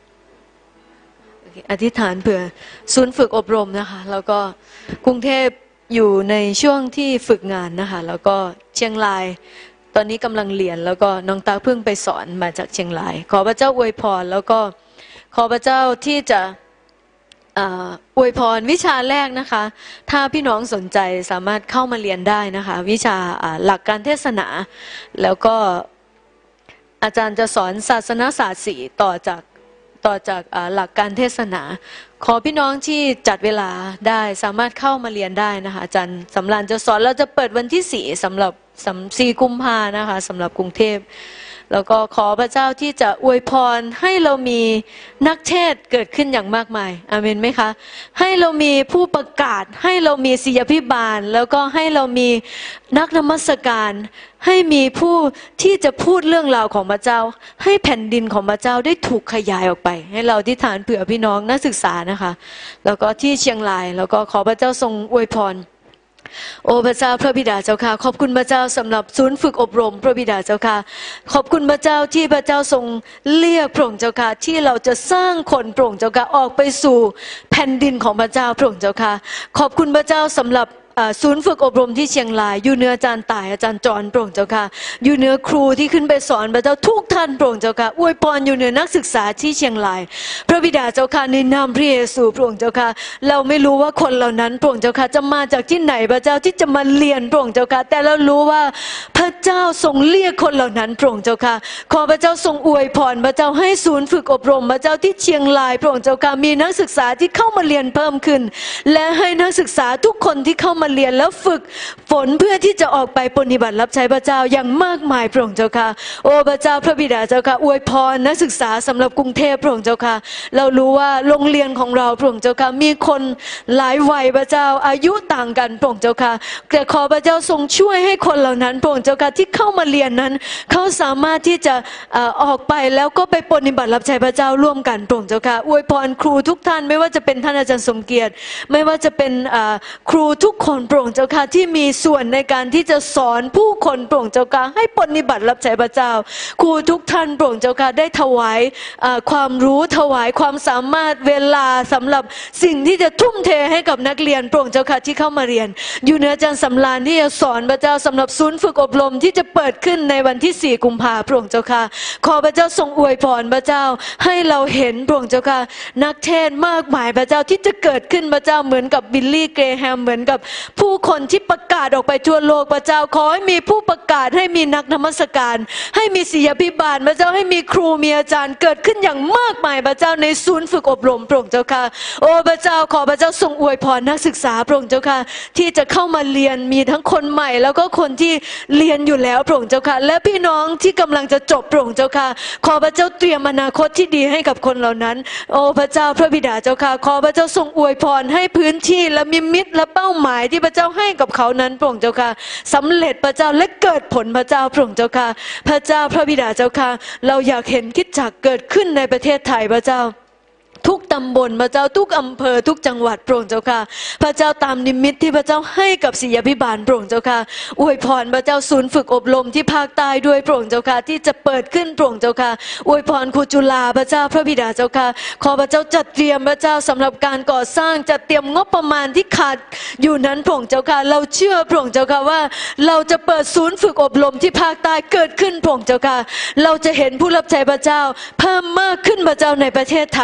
อธิษฐานเผื่อศูนย์ฝึกอบรมนะคะแล้วก็กรุงเทพอยู่ในช่วงที่ฝึกงานนะคะแล้วก็เชียงรายตอนนี้กำลังเรียนแล้วก็น้องตาเพิ่งไปสอนมาจากเชียงรายขอพระเจ้าอวยพรแล้วก็ขอพระเจ้าที่จะอวยพรวิชาแรกนะคะถ้าพี่น้องสนใจสามารถเข้ามาเรียนได้นะคะวิชาหลักการเทศนาแล้วก็อาจารย์จะสอนศาสนศาสตร์สี่ต่อจากต่อจากหลักการเทศนาขอพี่น้องที่จัดเวลาได้สามารถเข้ามาเรียนได้นะคะอาจารย์สำราญจะสอนเราจะเปิดวันที่สี่สำหรับสี่กุมภานะคะสำหรับกรุงเทพแล้วก็ขอพระเจ้าที่จะอวยพรให้เรามีนักเทศเกิดขึ้นอย่างมากมายอาเมนไหมคะให้เรามีผู้ประกาศให้เรามีศิษยาภิบาลแล้วก็ให้เรามีนักนมัสการให้มีผู้ที่จะพูดเรื่องราวของพระเจ้าให้แผ่นดินของพระเจ้าได้ถูกขยายออกไปให้เราอธิษฐานเผื่อพี่น้องนักศึกษานะคะแล้วก็ที่เชียงรายแล้วก็ขอพระเจ้าทรงอวยพรโอ้พระเจ้าพระบิดาเจ้าค่ะขอบคุณพระเจ้าสำหรับศูนย์ฝึกอบรมพระบิดาเจ้าค่ะขอบคุณพระเจ้าที่พระเจ้าทรงเรียกพระองค์เจ้าค่ะที่เราจะสร้างคนพระองค์เจ้าค่ะออกไปสู่แผ่นดินของพระเจ้าพระองค์เจ้าค่ะขอบคุณพระเจ้าสำหรับศูนย์ฝึกอบรมที่เชียงรายอยู่เหนืออาจารย์ต่ายอาจารย์จรพระองค์เจ้าค่ะอยู่เหนือครูที่ขึ้นไปสอนพระเจ้าทุกท่านพระองค์เจ้าค่ะอวยพรอยู่เหนือนักศึกษาที่เชียงรายพระบิดาเจ้าค่ะในนามพระเยซูพระองค์เจ้าค่ะเราไม่รู้ว่าคนเหล่านั้นพระองค์เจ้าค่ะจะมาจากที่ไหนพระเจ้าที่จะมาเรียนพระองค์เจ้าค่ะแต่เรารู้ว่าพระเจ้าทรงเรียกคนเหล่านั้นพระองค์เจ้าค่ะขอพระเจ้าทรงอวยพรพระเจ้าให้ศูนย์ฝึกอบรมพระเจ้าที่เชียงรายพระองค์เจ้าค่ะมีนักศึกษาที่เข้ามาเรียนเพิ่มขึ้นและให้นักศึกษาทุกคนที่เข้ามาเรียนแล้วฝึกฝนเพื่อที่จะออกไปปฏิบัติรับใช้พระเจ้าอย่างมากมายพระองค์เจ้าค่ะโอ้พระเจ้าพระบิดาเจ้าค่ะอวยพรนักศึกษาสำหรับกรุงเทพพระองค์เจ้าค่ะเรารู้ว่าโรงเรียนของเราพระองค์เจ้าค่ะมีคนหลายวัยพระเจ้าอายุต่างกันพระองค์เจ้าค่ะแต่ขอพระเจ้าทรงช่วยให้คนเหล่านั้นพระองค์เจ้าค่ะที่เข้ามาเรียนนั้นเขาสามารถที่จะออกไปแล้วก็ไปปฏิบัติรับใช้พระเจ้าร่วมกันพระองค์เจ้าค่ะอวยพรครูทุกท่านไม่ว่าจะเป็นท่านอาจารย์สมเกียรติไม่ว่าจะเป็นครูทุกคนพระองค์เจ้าค่ะที่มีส่วนในการที่จะสอนผู้คนพระองค์เจ้าค่ะให้ปฏิบัติรับใช้พระเจ้าครูทุกท่านพระองค์เจ้าค่ะได้ถวายความรู้ถวายความสามารถเวลาสำหรับสิ่งที่จะทุ่มเทให้กับนักเรียนพระองค์เจ้าค่ะที่เข้ามาเรียนอยู่ในอาจารย์สำราญที่จะสอนพระเจ้าสำหรับศูนย์ฝึกอบรมที่จะเปิดขึ้นในวันที่สี่กุมภาพันธ์พระองค์เจ้าค่ะขอพระเจ้าทรงอวยพรพระเจ้าให้เราเห็นพระองค์เจ้าค่ะนักเทศน์มากมายพระเจ้าที่จะเกิดขึ้นพระเจ้าเหมือนกับบิลลี่เกรแฮมเหมือนกับผู้คนที่ประกาศออกไปทั่วโลกพระเจ้าขอให้มีผู้ประกาศให้มีนักนมัสการให้มีศิษยาภิบาลพระเจ้าให้มีครูมีอาจารย์เกิดขึ้นอย่างมากมายพระเจ้าในศูนย์ฝึกอบรมพระองค์เจ้าค่ะโอ้พระเจ้าขอพระเจ้าทรงอวยพรนักศึกษาพระองค์เจ้าค่ะที่จะเข้ามาเรียนมีทั้งคนใหม่แล้วก็คนที่เรียนอยู่แล้วพระองค์เจ้าค่ะและพี่น้องที่กำลังจะจบพระองค์เจ้าค่ะขอพระเจ้าเตรียมอนาคตที่ดีให้กับคนเหล่านั้นโอ้พระเจ้าพระบิดาเจ้าค่ะขอพระเจ้าทรงอวยพรให้พื้นที่และมิมิตและเป้าหมายที่พระเจ้าให้กับเขานั้นพระองค์เจ้าค่ะสำเร็จพระเจ้าและเกิดผลพระเจ้าพระองค์เจ้าค่ะพระเจ้าพระบิดาเจ้าค่ะเราอยากเห็นคริสตจักรเกิดขึ้นในประเทศไทยพระเจ้าทุกตำบลพระเจ้าทุกอำเภอทุกจังหวัดพระองค์เจ้าค่ะพระเจ้าตามนิมิตที่พระเจ้าให้กับศิษยาภิบาลพระองค์เจ้าค่ะอวยพรพระเจ้าศูนย์ฝึกอบรมที่ภาคใต้ด้วยพระองค์เจ้าค่ะที่จะเปิดขึ้นพระองค์เจ้าค่ะอวยพรครูจุฬาพระเจ้าพระบิดาเจ้าค่ะขอพระเจ้าจัดเตรียมพระเจ้าสำหรับการก่อสร้างจัดเตรียมงบประมาณที่ขาดอยู่นั้นพระองค์เจ้าค่ะเราเชื่อพระองค์เจ้าค่ะว่าเราจะเปิดศูนย์ฝึกอบรมที่ภาคใต้เกิดขึ้นพระองค์เจ้าค่ะเราจะเห็นผู้รับใช้พระเจ้าเพิ่มมากขึ้นพระเจ้าในประเทศไทยพระองค์เจ้า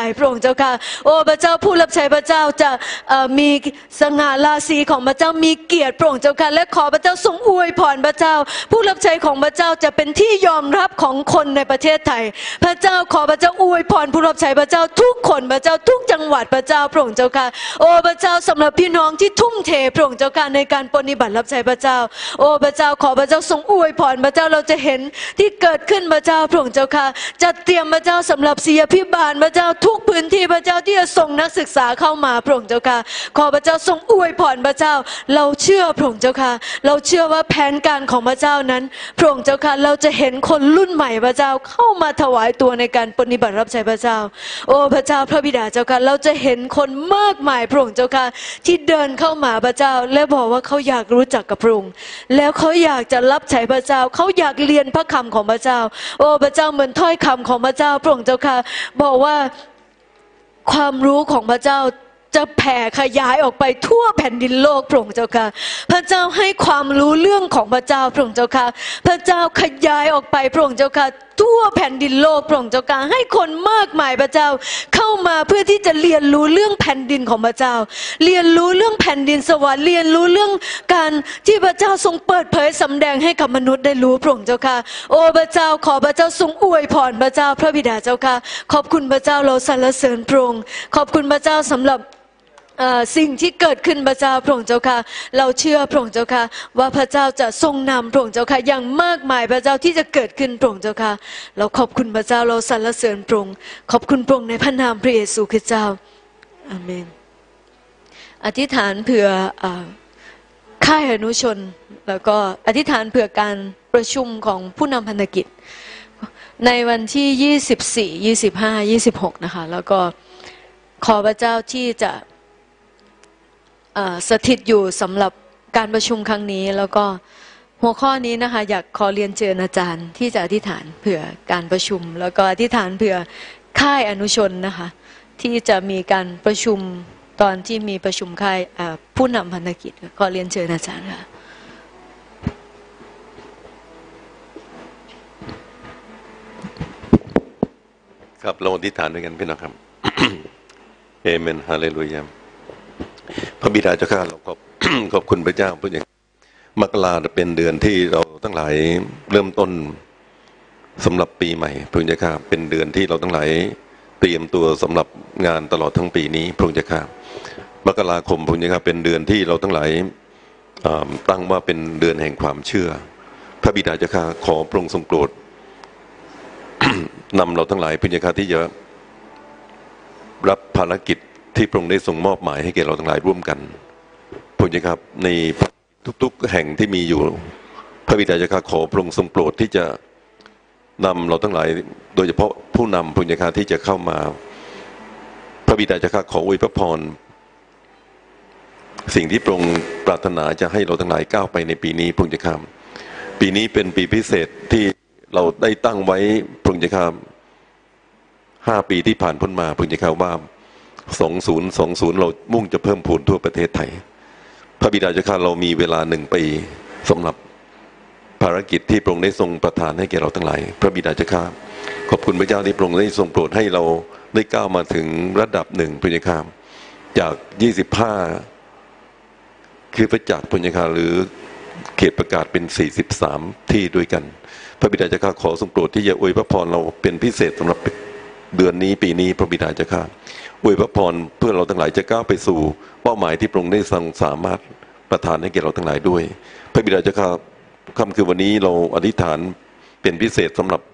จ้าค่ะโอ้พระเจ้าผู้รับใช้พระเจ้าจะมีสง่าราศีของพระเจ้ามีเกียรติพระองค์เจ้าค่ะและขอพระเจ้าทรงอวยพรพระเจ้าผู้รับใช้ของพระเจ้าจะเป็นที่ยอมรับของคนในประเทศไทยพระเจ้าขอพระเจ้าอวยพรผู้รับใช้พระเจ้าทุกคนพระเจ้าทุกจังหวัดพระเจ้าพระองค์เจ้าค่ะโอ้พระเจ้าสำหรับพี่น้องที่ทุ่มเทพระองค์เจ้าค่ะในการปฏิบัติรับใช้พระเจ้าโอ้พระเจ้าขอพระเจ้าทรงอวยพรพระเจ้าเราจะเห็นที่เกิดขึ้นพระเจ้าพระองค์เจ้าค่ะจัดเตรียมพระเจ้าสำหรับศิษยาภิบาลพระเจ้าทุกพื้นที่พระเจ้าที่จะส่งนักศึกษาเข้ามาพระองค์เจ้าค่ะขอพระเจ้าทรงอวยพรพระเจ้าเราเชื่อพระองค์เจ้าค่ะเราเชื่อว่าแผนการของพระเจ้านั้นพระองค์เจ้าค่ะเราจะเห็นคนรุ่นใหม่พระเจ้าเข้ามาถวายตัวในการปฏิบัติรับใช้พระเจ้าโอ้พระเจ้าพระบิดาเจ้าค่ะเราจะเห็นคนมากมายพระองค์เจ้าค่ะที่เดินเข้ามาพระเจ้าและบอกว่าเขาอยากรู้จักกับพระองค์แล้วเขาอยากจะรับใช้พระเจ้าเขาอยากเรียนพระคำของพระเจ้าโอ้พระเจ้าเหมือนถ้อยคำของพระเจ้าพระองค์เจ้าค่ะบอกว่าความรู้ของพระเจ้าจะแผ่ขยายออกไปทั่วแผ่นดินโลกพระองค์เจ้าค่ะพระเจ้าให้ความรู้เรื่องของพระเจ้าพระองค์เจ้าค่ะพระเจ้าขยายออกไปพระองค์เจ้าค่ะทั่วแผ่นดินโลกพระองค์เจ้าค่ะให้คนมากมายพระเจ้าเข้ามาเพื่อที่จะเรียนรู้เรื่องแผ่นดินของพระเจ้าเรียนรู้เรื่องแผ่นดินสวรรค์เรียนรู้เรื่องการที่พระเจ้าทรงเปิดเผยสำแดงให้กับมนุษย์ได้รู้พระองค์เจ้าค่ะโอ้พระเจ้าขอพระเจ้าทรงอวยพรพระเจ้าพระบิดาเจ้าค่ะขอบคุณพระเจ้าเราสรรเสริญพระองค์ขอบคุณพระเจ้าสำหรับสิ่งที่เกิดขึ้นพระเจ้าพระองค์เจ้าค่ะเราเชื่อพระองค์เจ้าค่ะว่าพระเจ้าจะทรงนำพระองค์เจ้าค่ะอย่างมากมายพระเจ้าที่จะเกิดขึ้นพระองค์เจ้าค่ะเราขอบคุณพระเจ้าเราสรรเสริญพระองค์ขอบคุณพระองค์ในพระนามพระเยซูคริสต์เจ้าอาเมนอธิษฐานเผื่อค่ายอนุชนแล้วก็อธิษฐานเผื่อการประชุมของผู้นำพันธกิจในวันที่ยี่สิบสี่ ยี่สิบห้า ยี่สิบหกนะคะแล้วก็ขอพระเจ้าที่จะสถิตอยู่สำหรับการประชุมครั้งนี้แล้วก็หัวข้อนี้นะคะอยากขอเรียนเชิญอาจารย์ที่จะอธิษฐานเผื่อการประชุมแล้วก็อธิษฐานเผื่อค่ายอนุชนนะคะที่จะมีการประชุมตอนที่มีประชุมค่ายผู้นำพันธกิจขอเรียนเชิญอาจารย์ค่ะครับเราอธิษฐานด้วยกันพี่น้องครับ เอเมนฮาเลลูยาพระบิดาเจ้าข้าเราขอบ ขอบคุณพระเจ้าพระอย่างมกราเป็นเดือนที่เราทั้งหลายเริ่มต้นสำหรับปีใหม่พระเจ้าข้าเป็นเดือนที่เราทั้งหลายเตรียมตัวสำหรับงานตลอดทั้งปีนี้พระเจ้าข้ามกราคมพระเจ้าข้าเป็นเดือนที่เราทั้งหลายตั้งว่าเป็นเดือนแห่งความเชื่อพระบิดาเจ้าข้าขอพระองค์ทรงโปรด นำเราทั้งหลายพระเจ้าข้าที่จะรับภารกิจที่พระองค์ได้ทรงมอบหมายให้แก่เราทั้งหลายร่วมกันพระเจ้าครับในทุกๆแห่งที่มีอยู่พระบิดาเจ้าข้าขอพระองค์ทรงโปรดที่จะนำเราทั้งหลายโดยเฉพาะผู้นำพระเจ้าข้าที่จะเข้ามาพระบิดาเจ้าข้าขออวยพระพรสิ่งที่พระองค์ปรารถนาจะให้เราทั้งหลายก้าวไปในปีนี้พระเจ้าข้าปีนี้เป็นปีพิเศษที่เราได้ตั้งไว้พระเจ้าข้าห้าปีที่ผ่านพ้นมาพระเจ้าข้าว่าสองศูนย์สองศูนย์เรามุ่งจะเพิ่มพูนทั่วประเทศไทยพระบิดาเจ้าข้าเรามีเวลาหนึ่งปีสำหรับภารกิจที่พระองค์ได้ทรงประทานให้แก่เราทั้งหลายพระบิดาเจ้าข้าขอบคุณพระเจ้าที่พระองค์ได้ทรงโปรดให้เราได้ก้าวมาถึงระดับหนึ่งพระเจ้าข้าจากยี่สิบห้าคือพระจักรพระเจ้าข้าหรือเขตประกาศเป็นสี่สิบสามที่ด้วยกันพระบิดาเจ้าข้าขอทรงโปรดที่จะอวยพระพรเราเป็นพิเศษสำหรับเดือนนี้ปีนี้พระบิดาเจ้าข้าอวยพระพรเพื่อเราทั้งหลายจะก้าวไปสู่เป้าหมายที่พระองค์ได้ทรงสามารถประทานให้แก่เราทั้งหลายด้วยพระบิดาเจ้าข้าค่ำคืนวันนี้เราอธิษฐานเป็นพิเศษสำหรับ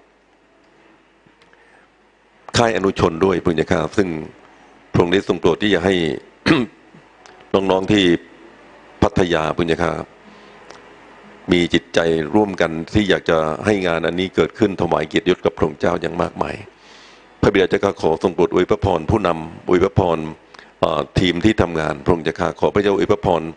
ค่ายอนุชนด้วยพระเจ้าข้าซึ่งพระองค์ได้ทรงโปรดที่จะให้ น้องๆที่พัทยาพระเจ้าข้ามีจิตใจร่วมกันที่อยากจะให้งานอันนี้เกิดขึ้นถวายเกียรติยศกับพระองค์เจ้าอย่างมากมายพระบิดาเจ้าข้าขอทรงโปรดอวยพระพรผู้นำอวยพระพรทีมที่ทำงานพระองค์เจ้าข้าขอพระเจ้าอวยพระพร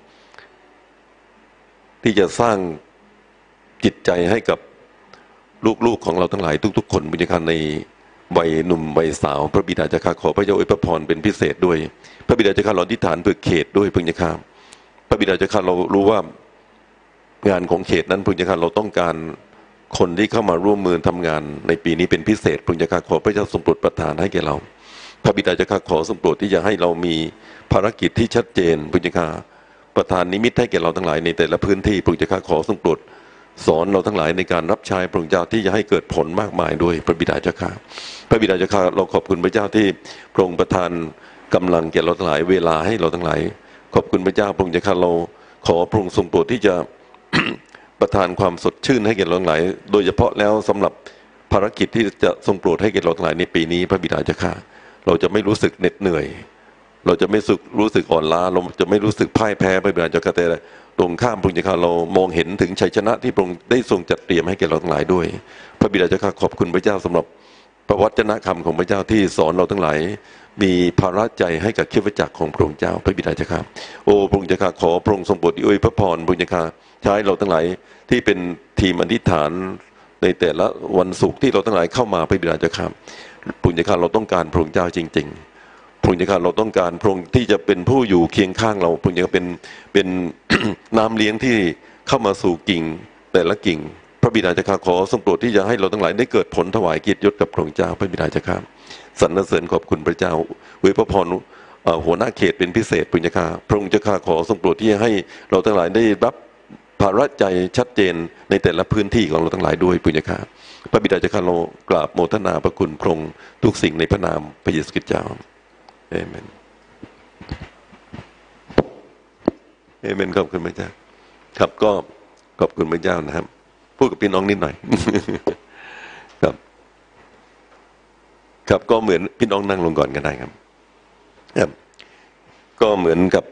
ที่จะสร้างจิตใจให้กับลูกๆของเราทั้งหลายทุกๆคนพระเจ้าข้าในวัยหนุ่มวัยสาวพระบิดาเจ้าข้าขอพระเจ้าอวยพระพรเป็นพิเศษด้วยพระบิดาเจ้าข้าเราอธิษฐานเพื่อเขตด้วยพระเจ้าข้าพระบิดาเจ้าข้าเรารู้ว่างานของเขตนั้นพระเจ้าข้าเราต้องการคนที่เข้ามาร่วมมือทำงานในปีนี้เป็นพิเศษพระเจ้าข้าขอพระเจ้าทรงโปรดประทานให้แก่เราพระบิดาเจ้าข้าขอทรงโปรดที่จะให้เรามีภารกิจที่ชัดเจนพระเจ้าข้าประทานนิมิตให้แก่เราทั้งหลายในแต่ละพื้นที่พระเจ้าข้าขอทรงโปรดสอนเราทั้งหลายในการรับใช้พระองค์เจ้าที่จะให้เกิดผลมากมายด้วยพระบิดาเจ้าข้าพระบิดาเจ้าข้าเราขอบคุณพระเจ้าที่พระองค์ประทานกำลังแก่เราทั้งหลายเวลาให้เราทั้งหลายขอบคุณพระเจ้าพระองค์เจ้าข้าเราขอพระองค์ทรงโปรดที่จะ ประทานความสดชื่นให้แก่เราทั้งหลายโดยเฉพาะแล้วสำหรับภารกิจที่จะทรงโปรดให้แก่เราทั้งหลายในปีนี้พระบิดาเจ้าข้าเราจะไม่รู้สึกเหน็ดเหนื่อยเราจะไม่รู้สึกอ่อนล้าเราจะไม่รู้สึกพ่ายแพ้พระบิดาเจ้าข้าแต่ตรงข้ามพระองค์เจ้าข้าเรามองเห็นถึงชัยชนะที่พระองค์ได้ทรงจัดเตรียมให้แก่เราทั้งหลายด้วยพระบิดาเจ้าข้าขอบคุณพระเจ้าสำหรับพระวจนะคำของพระเจ้าที่สอนเราทั้งหลายมีภาระใจให้กับคริสตจักรของพระองค์เจ้าพระบิดาเจ้าข้าโอ้พระองค์เจ้าข้าขอพระองค์ทรงโปรดอวยพระพรพระองค์เจ้าข้าใช้เราทั้งหลายที่เป็นทีมอธิษฐานในแต่ละวันศุกร์ที่เราทั้งหลายเข้ามาพระบิดาเจ้าข้าพระองค์เจ้าข้าเราต้องการพระองค์เจ้าจริงๆพระองค์เจ้าข้าเราต้องการพระองค์ที่จะเป็นผู้อยู่เคียงข้างเราพระองค์เจ้าข้าเป็นเป็น น้ำเลี้ยงที่เข้ามาสู่กิ่งแต่ละกิ่งพระบิดาเจ้าข้าขอทรงโปรดที่จะให้เราทั้งหลายได้เกิดผลถวายเกียรติยศกับพระองค์เจ้าพระบิดาเจ้าข้าสรรเสริญขอบคุณพระเจ้าอวยพระพรหัวหน้าเขตเป็นพิเศษพระองค์เจ้าข้าพระองค์เจ้าข้าขอทรงโปรดที่จะให้เราทั้งหลายได้รับภาระใจชัดเจนในแต่ละพื้นที่ของเราทั้งหลายด้วยพระเจ้าข้าพระบิดาเจ้าข้าเรากราบโมทนาพระคุณพระองค์ทุกสิ่งในพระนามพระเยซูคริสต์เจ้าเอเมนเอเมนขอบคุณพระเจ้าครับก็ขอบคุณพระเจ้านะครับพูดกับพี่น้องนิดหน่อย ครับครับก็เหมือนพี่น้องนั่งลงก่อนก็ได้ครับครับก็เหมือนกับ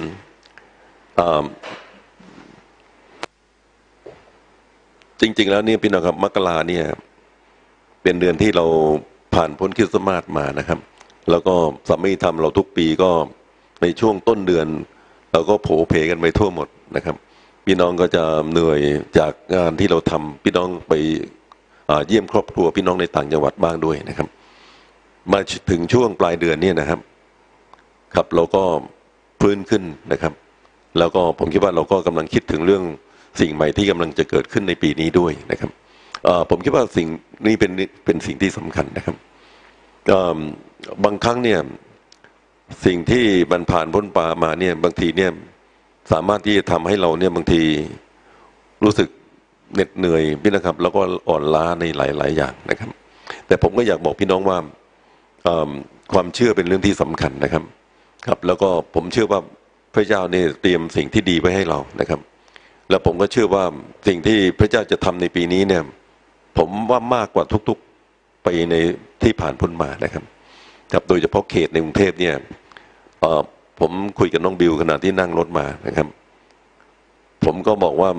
จริงๆแล้วเนี่ยพี่น้องครับมกราเนี่ยเป็นเดือนที่เราผ่านพ้นคริสต์มาสมานะครับแล้วก็สามีธรรมเราทุกปีก็ในช่วงต้นเดือนเราก็โผเพกันไปทั่วหมดนะครับพี่น้องก็จะเหนื่อยจากงานที่เราทำพี่น้องไปเยี่ยมครอบครัวพี่น้องในต่างจังหวัดบ้างด้วยนะครับมาถึงช่วงปลายเดือนเนี่ยนะครับครับเราก็ฟื้นขึ้นนะครับแล้วก็ผมคิดว่าเราก็กำลังคิดถึงเรื่องสิ่งใหม่ที่กำลังจะเกิดขึ้นในปีนี้ด้วยนะครับผมคิดว่าสิ่งนี้เป็นเป็นสิ่งที่สำคัญนะครับบางครั้งเนี่ยสิ่งที่มันผ่านพ้นป่ามาเนี่ยบางทีเนี่ยสามารถที่จะทำให้เราเนี่ยบางทีรู้สึกเหน็ดเหนื่อยพี่นะครับแล้วก็อ่อนล้าในหลายๆอย่างนะครับแต่ผมก็อยากบอกพี่น้องว่าความเชื่อเป็นเรื่องที่สำคัญนะครับครับแล้วก็ผมเชื่อว่าพระเจ้าเนี่ยเตรียมสิ่งที่ดีไว้ให้เรานะครับแล้วผมก็เชื่อว่าสิ่งที่พระเจ้าจะทำในปีนี้เนี่ยผมว่ามากกว่าทุกๆปีในที่ผ่านพ้นมานะครับครับโดยเฉพาะเขตในกรุงเทพเนี่ยผมคุยกับน้องบิวขณะที่นั่งรถมานะครับผมก็บอกว่า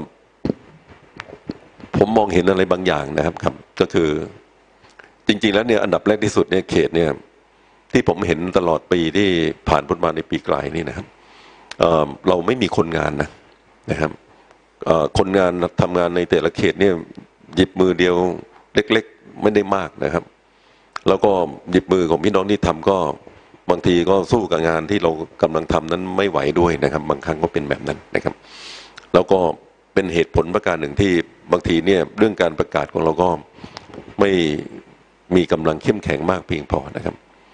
ผมมองเห็นอะไรบางอย่างนะครับครับก็คือจริงๆแล้วเนี่ยอันดับแรกที่สุดเนี่ยเขตเนี่ยที่ผมเห็นตลอดปีที่ผ่านพ้นมาในปีกลายนี่นะครับ เ, เราไม่มีคนงานนะนะครับคนงานทำงานในแต่ละเขตเนี่ยหยิบมือเดียวเล็กๆไม่ได้มากนะครับแล้วก็หยิบมือของพี่น้องที่ทำก็บางทีก็สู้กับงานที่เรากำลังทำนั้นไม่ไหวด้วยนะครับบางครั้งก็เป็นแบบนั้นนะครับแล้วก็เป็นเหตุผลประการหนึ่งที่บางทีเนี่ยเรื่องการประกาศของเราก็ไม่มีกำลังเข้มแข็งมากเพียงพอนะครับ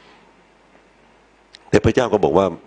แต่พระเจ้าก็บอกว่า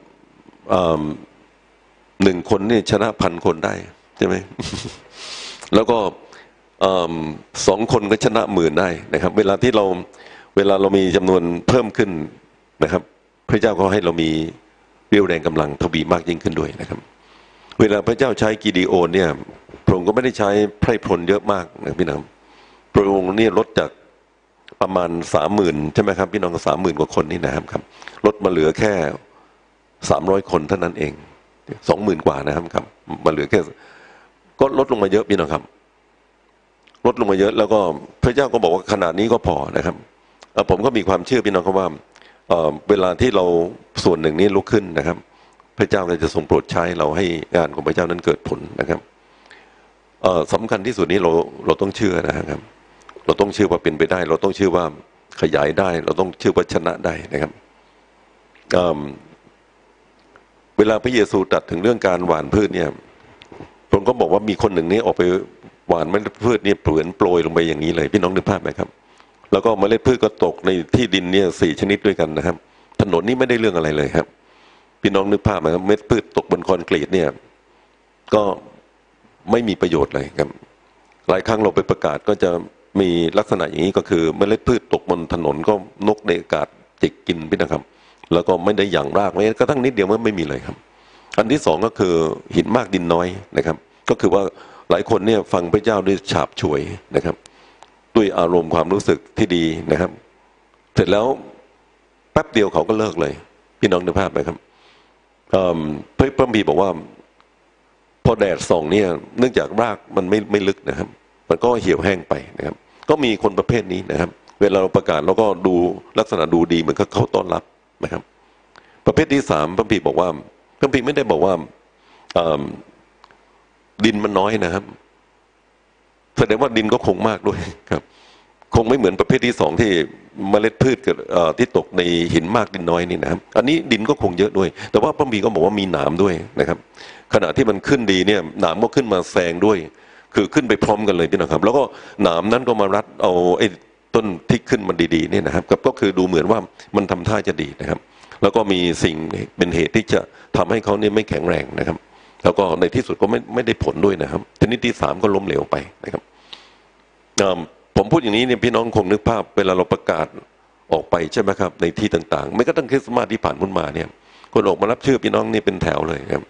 หนึ่งคนนี่ชนะพันคนได้ใช่ไหม แล้วก็สองคนก็ชนะหมื่นได้นะครับเวลาที่เราเวลาเรามีจำนวนเพิ่มขึ้นนะครับพระเจ้าก็ให้เรามีเรี่ยวแรงกำลังทวีมากยิ่งขึ้นด้วยนะครับเวลาพระเจ้าใช้กิดีโอนเนี่ยพระองค์ก็ไม่ได้ใช้ไพร่พลเยอะมากนะพี่น้องพระองค์นี่ลดจากประมาณสามหมื่นใช่ไหมครับพี่น้องสามหมื่นกว่าคนนี่นะครับครับลดมาเหลือแค่สามร้อยคนเท่านั้นเองสองหมื่นกว่านะครับครับมาเหลือแค่ก็ลดลงมาเยอะพี่น้องครับลดลงมาเยอะแล้วก็พระเจ้าก็บอกว่าขนาดนี้ก็พอนะครับผมก็มีความเชื่อพี่น้องครับว่าเวลาที่เราส่วนหนึ่งนี้ลุกขึ้นนะครับพระเจ้าก็จะทรงโปรดใช้เราให้งานของพระเจ้านั้นเกิดผลนะครับสำคัญที่สุดนี้เราเราต้องเชื่อนะครับเราต้องเชื่อว่าเป็นไปได้เราต้องเชื่อว่าขยายได้เราต้องเชื่อว่าชนะได้นะครับเวลาพระเยซูตรัสถึงเรื่องการหว่านพืชเนี่ยพระองค์ก็บอกว่ามีคนหนึ่งนี้ออกไปหว่านเมล็ดพืชนี่เปลือนโปรยลงไปอย่างนี้เลยพี่น้องนึกภาพไหมครับแล้วก็เมล็ดพืชก็ตกในที่ดินเนี่ยสี่ชนิดด้วยกันนะครับถนนนี่ไม่ได้เรื่องอะไรเลยครับพี่น้องนึกภาพไหมครับเม็ดพืชตกบนคอนกรีตเนี่ยก็ไม่มีประโยชน์เลยครับหลายครั้งเราไปประกาศก็จะมีลักษณะอย่างนี้ก็คือเมล็ดพืชตกบนถนนก็นกในอากาศจิกกินพี่นะครับแล้วก็ไม่ได้หยั่งรากไม่กระทั่งนิดเดียวมันไม่มีเลยครับอันที่สองก็คือหินมากดินน้อยนะครับก็คือว่าหลายคนเนี่ยฟังพระเจ้าด้วยฉาบฉวยนะครับด้วยอารมณ์ความรู้สึกที่ดีนะครับเสร็จแล้วแป๊บเดียวเขาก็เลิกเลยพี่น้องนึกภาพไหมครับพระพระบีบอกว่าพอแดดส่องเนี่ยเนื่องจากรากมันไม่ไม่ลึกนะครับมันก็เหี่ยวแห้งไปนะครับก็มีคนประเภทนี้นะครับเวลาเราประกาศเราก็ดูลักษณะดูดีเหมือนกับเขาต้อนรับนะครับประเภทที่สามพระบีบอกว่าพระบีไม่ได้บอกว่าดินมันน้อยนะครับแสดงว่าดินก็คงมากด้วยครับคงไม่เหมือนประเภทที่สองที่เมล็ดพืชกับที่ตกในหินมากดินน้อยนี่นะครับอันนี้ดินก็คงเยอะด้วยแต่ว่าพระบีก็บอกว่ามีหนามด้วยนะครับขณะที่มันขึ้นดีเนี่ยหนามก็ขึ้นมาแซงด้วยคือขึ้นไปพร้อมกันเลยพี่นะครับแล้วก็หนามนั้นก็มารัดเอาไอ้ต้นที่ขึ้นมันดีๆเนี่ยนะครับก็คือดูเหมือนว่ามันทำท่าจะดีนะครับแล้วก็มีสิ่งเป็นเหตุที่จะทำให้เขาเนี่ยไม่แข็งแรงนะครับแล้วก็ในที่สุดก็ไม่ไม่ได้ผลด้วยนะครับชนิดที่สามก็ล้มเหลวไปนะครับผมพูดอย่างนี้เนี่ยพี่น้องคงนึกภาพเวลาเราประกาศออกไปใช่ไหมครับในที่ต่างๆไม่ก็ตั้งคริสต์มาสที่ผ่านพ้นมาเนี่ยคนออกมารับชื่อพี่น้องนี่เป็นแถวเลยครับ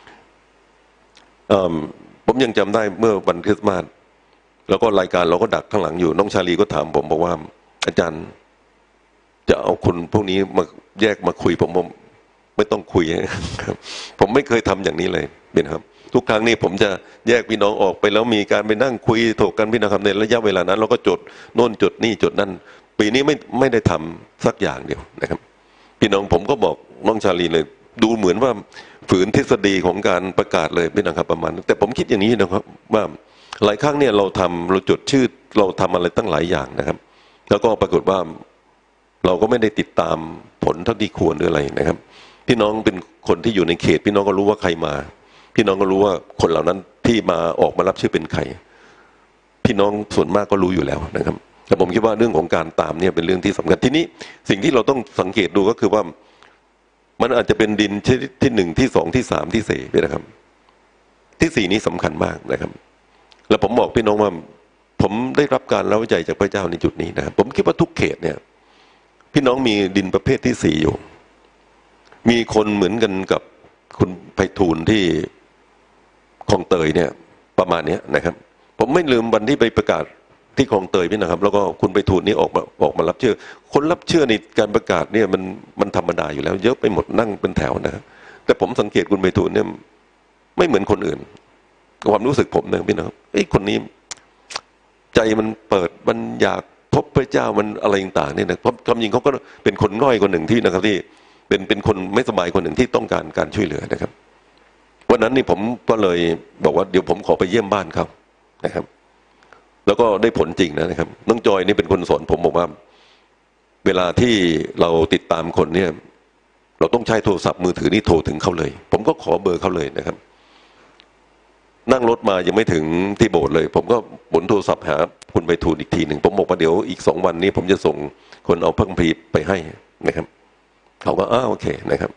ผมยังจำได้เมื่อวันคริสต์มาสแล้วก็รายการเราก็ดักข้างหลังอยู่น้องชาลีก็ถามผมบอกว่าอาจารย์จะเอาคนพวกนี้มาแยกมาคุยผมผมไม่ต้องคุยครับผมไม่เคยทำอย่างนี้เลยเป็นครับทุกครั้งนี่ผมจะแยกพี่น้องออกไปแล้วมีการไปนั่งคุยถกกันพี่น้องครับในระยะเวลานั้นเราก็จดโน่นจดนี่จดนั่นปีนี้ไม่ไม่ได้ทำสักอย่างเดียวนะครับพี่น้องผมก็บอกน้องชาลีเลยดูเหมือนว่าฝืนทฤษฎีของการประกาศเลยพี่น้องครับประมาณแต่ผมคิดอย่างนี้นะครับว่าหลายครั้งเนี่ยเราทำเราจดชื่อเราทำอะไรตั้งหลายอย่างนะครับแล้วก็ปรากฏว่าเราก็ไม่ได้ติดตามผลเท่าที่ควรหรืออะไรนะครับพี่น้องเป็นคนที่อยู่ในเขตพี่น้องก็รู้ว่าใครมาพี่น้องก็รู้ว่าคนเหล่านั้นที่มาออกมารับชื่อเป็นใครพี่น้องส่วนมากก็รู้อยู่แล้วนะครับแต่ผมคิดว่าเรื่องของการตามเนี่ยเป็นเรื่องที่สำคัญทีนี้สิ่งที่เราต้องสังเกตดูก็คือว่ามันอาจจะเป็นดินชนิดที่หนึ่งที่สองที่สามที่สี่นะครับที่สี่นี้สำคัญมากนะครับแล้วผมบอกพี่น้องว่าผมได้รับการเล่าใจจากพระเจ้าในจุดนี้นะครับผมคิดว่าทุกเขตเนี่ยพี่น้องมีดินประเภทที่สี่อยู่มีคนเหมือนกันกับคุณไพฑูรย์ที่คลองเตยเนี่ยประมาณนี้นะครับผมไม่ลืมวันที่ไปประกาศที่คลองเตยพี่นะครับแล้วก็คุณไพฑูรย์นี่ออกมาออกมารับเชื่อคนรับเชื่อในการประกาศเนี่ยมันมันธรรมดาอยู่แล้วเยอะไปหมดนั่งเป็นแถวนะครับแต่ผมสังเกตคุณไพฑูรย์เนี่ยไม่เหมือนคนอื่นความรู้สึกผมเนี่ยพี่นะครับไอ้คนนี้ใจมันเปิดมันอยากพบพระเจ้ามันอะไรต่างๆเนี่ยนะเพราะความจริงเขาก็เป็นคนง่อยคนหนึ่งที่นะครับที่เป็นเป็นคนไม่สบายคนหนึ่งที่ต้องการการช่วยเหลือนะครับวันนั้นนี่ผมก็เลยบอกว่าเดี๋ยวผมขอไปเยี่ยมบ้านเขานะครับแล้วก็ได้ผลจริงนะครับน้องจอยนี่เป็นคนสอนผมบอกว่าเวลาที่เราติดตามคนเนี่ยเราต้องใช้โทรศัพท์มือถือนี่โทรถึงเขาเลยผมก็ขอเบอร์เขาเลยนะครับนั่งรถมายังไม่ถึงที่โบสถ์เลยผมก็หมุนโทรศัพท์หาคุณไพฑูรย์อีกทีหนึ่งผมบอกว่าเดี๋ยวอีกสองวันนี้ผมจะส่งคนเอาพระคัมภีร์ไปให้นะครับเขาก็อ้าวโอเคนะครับ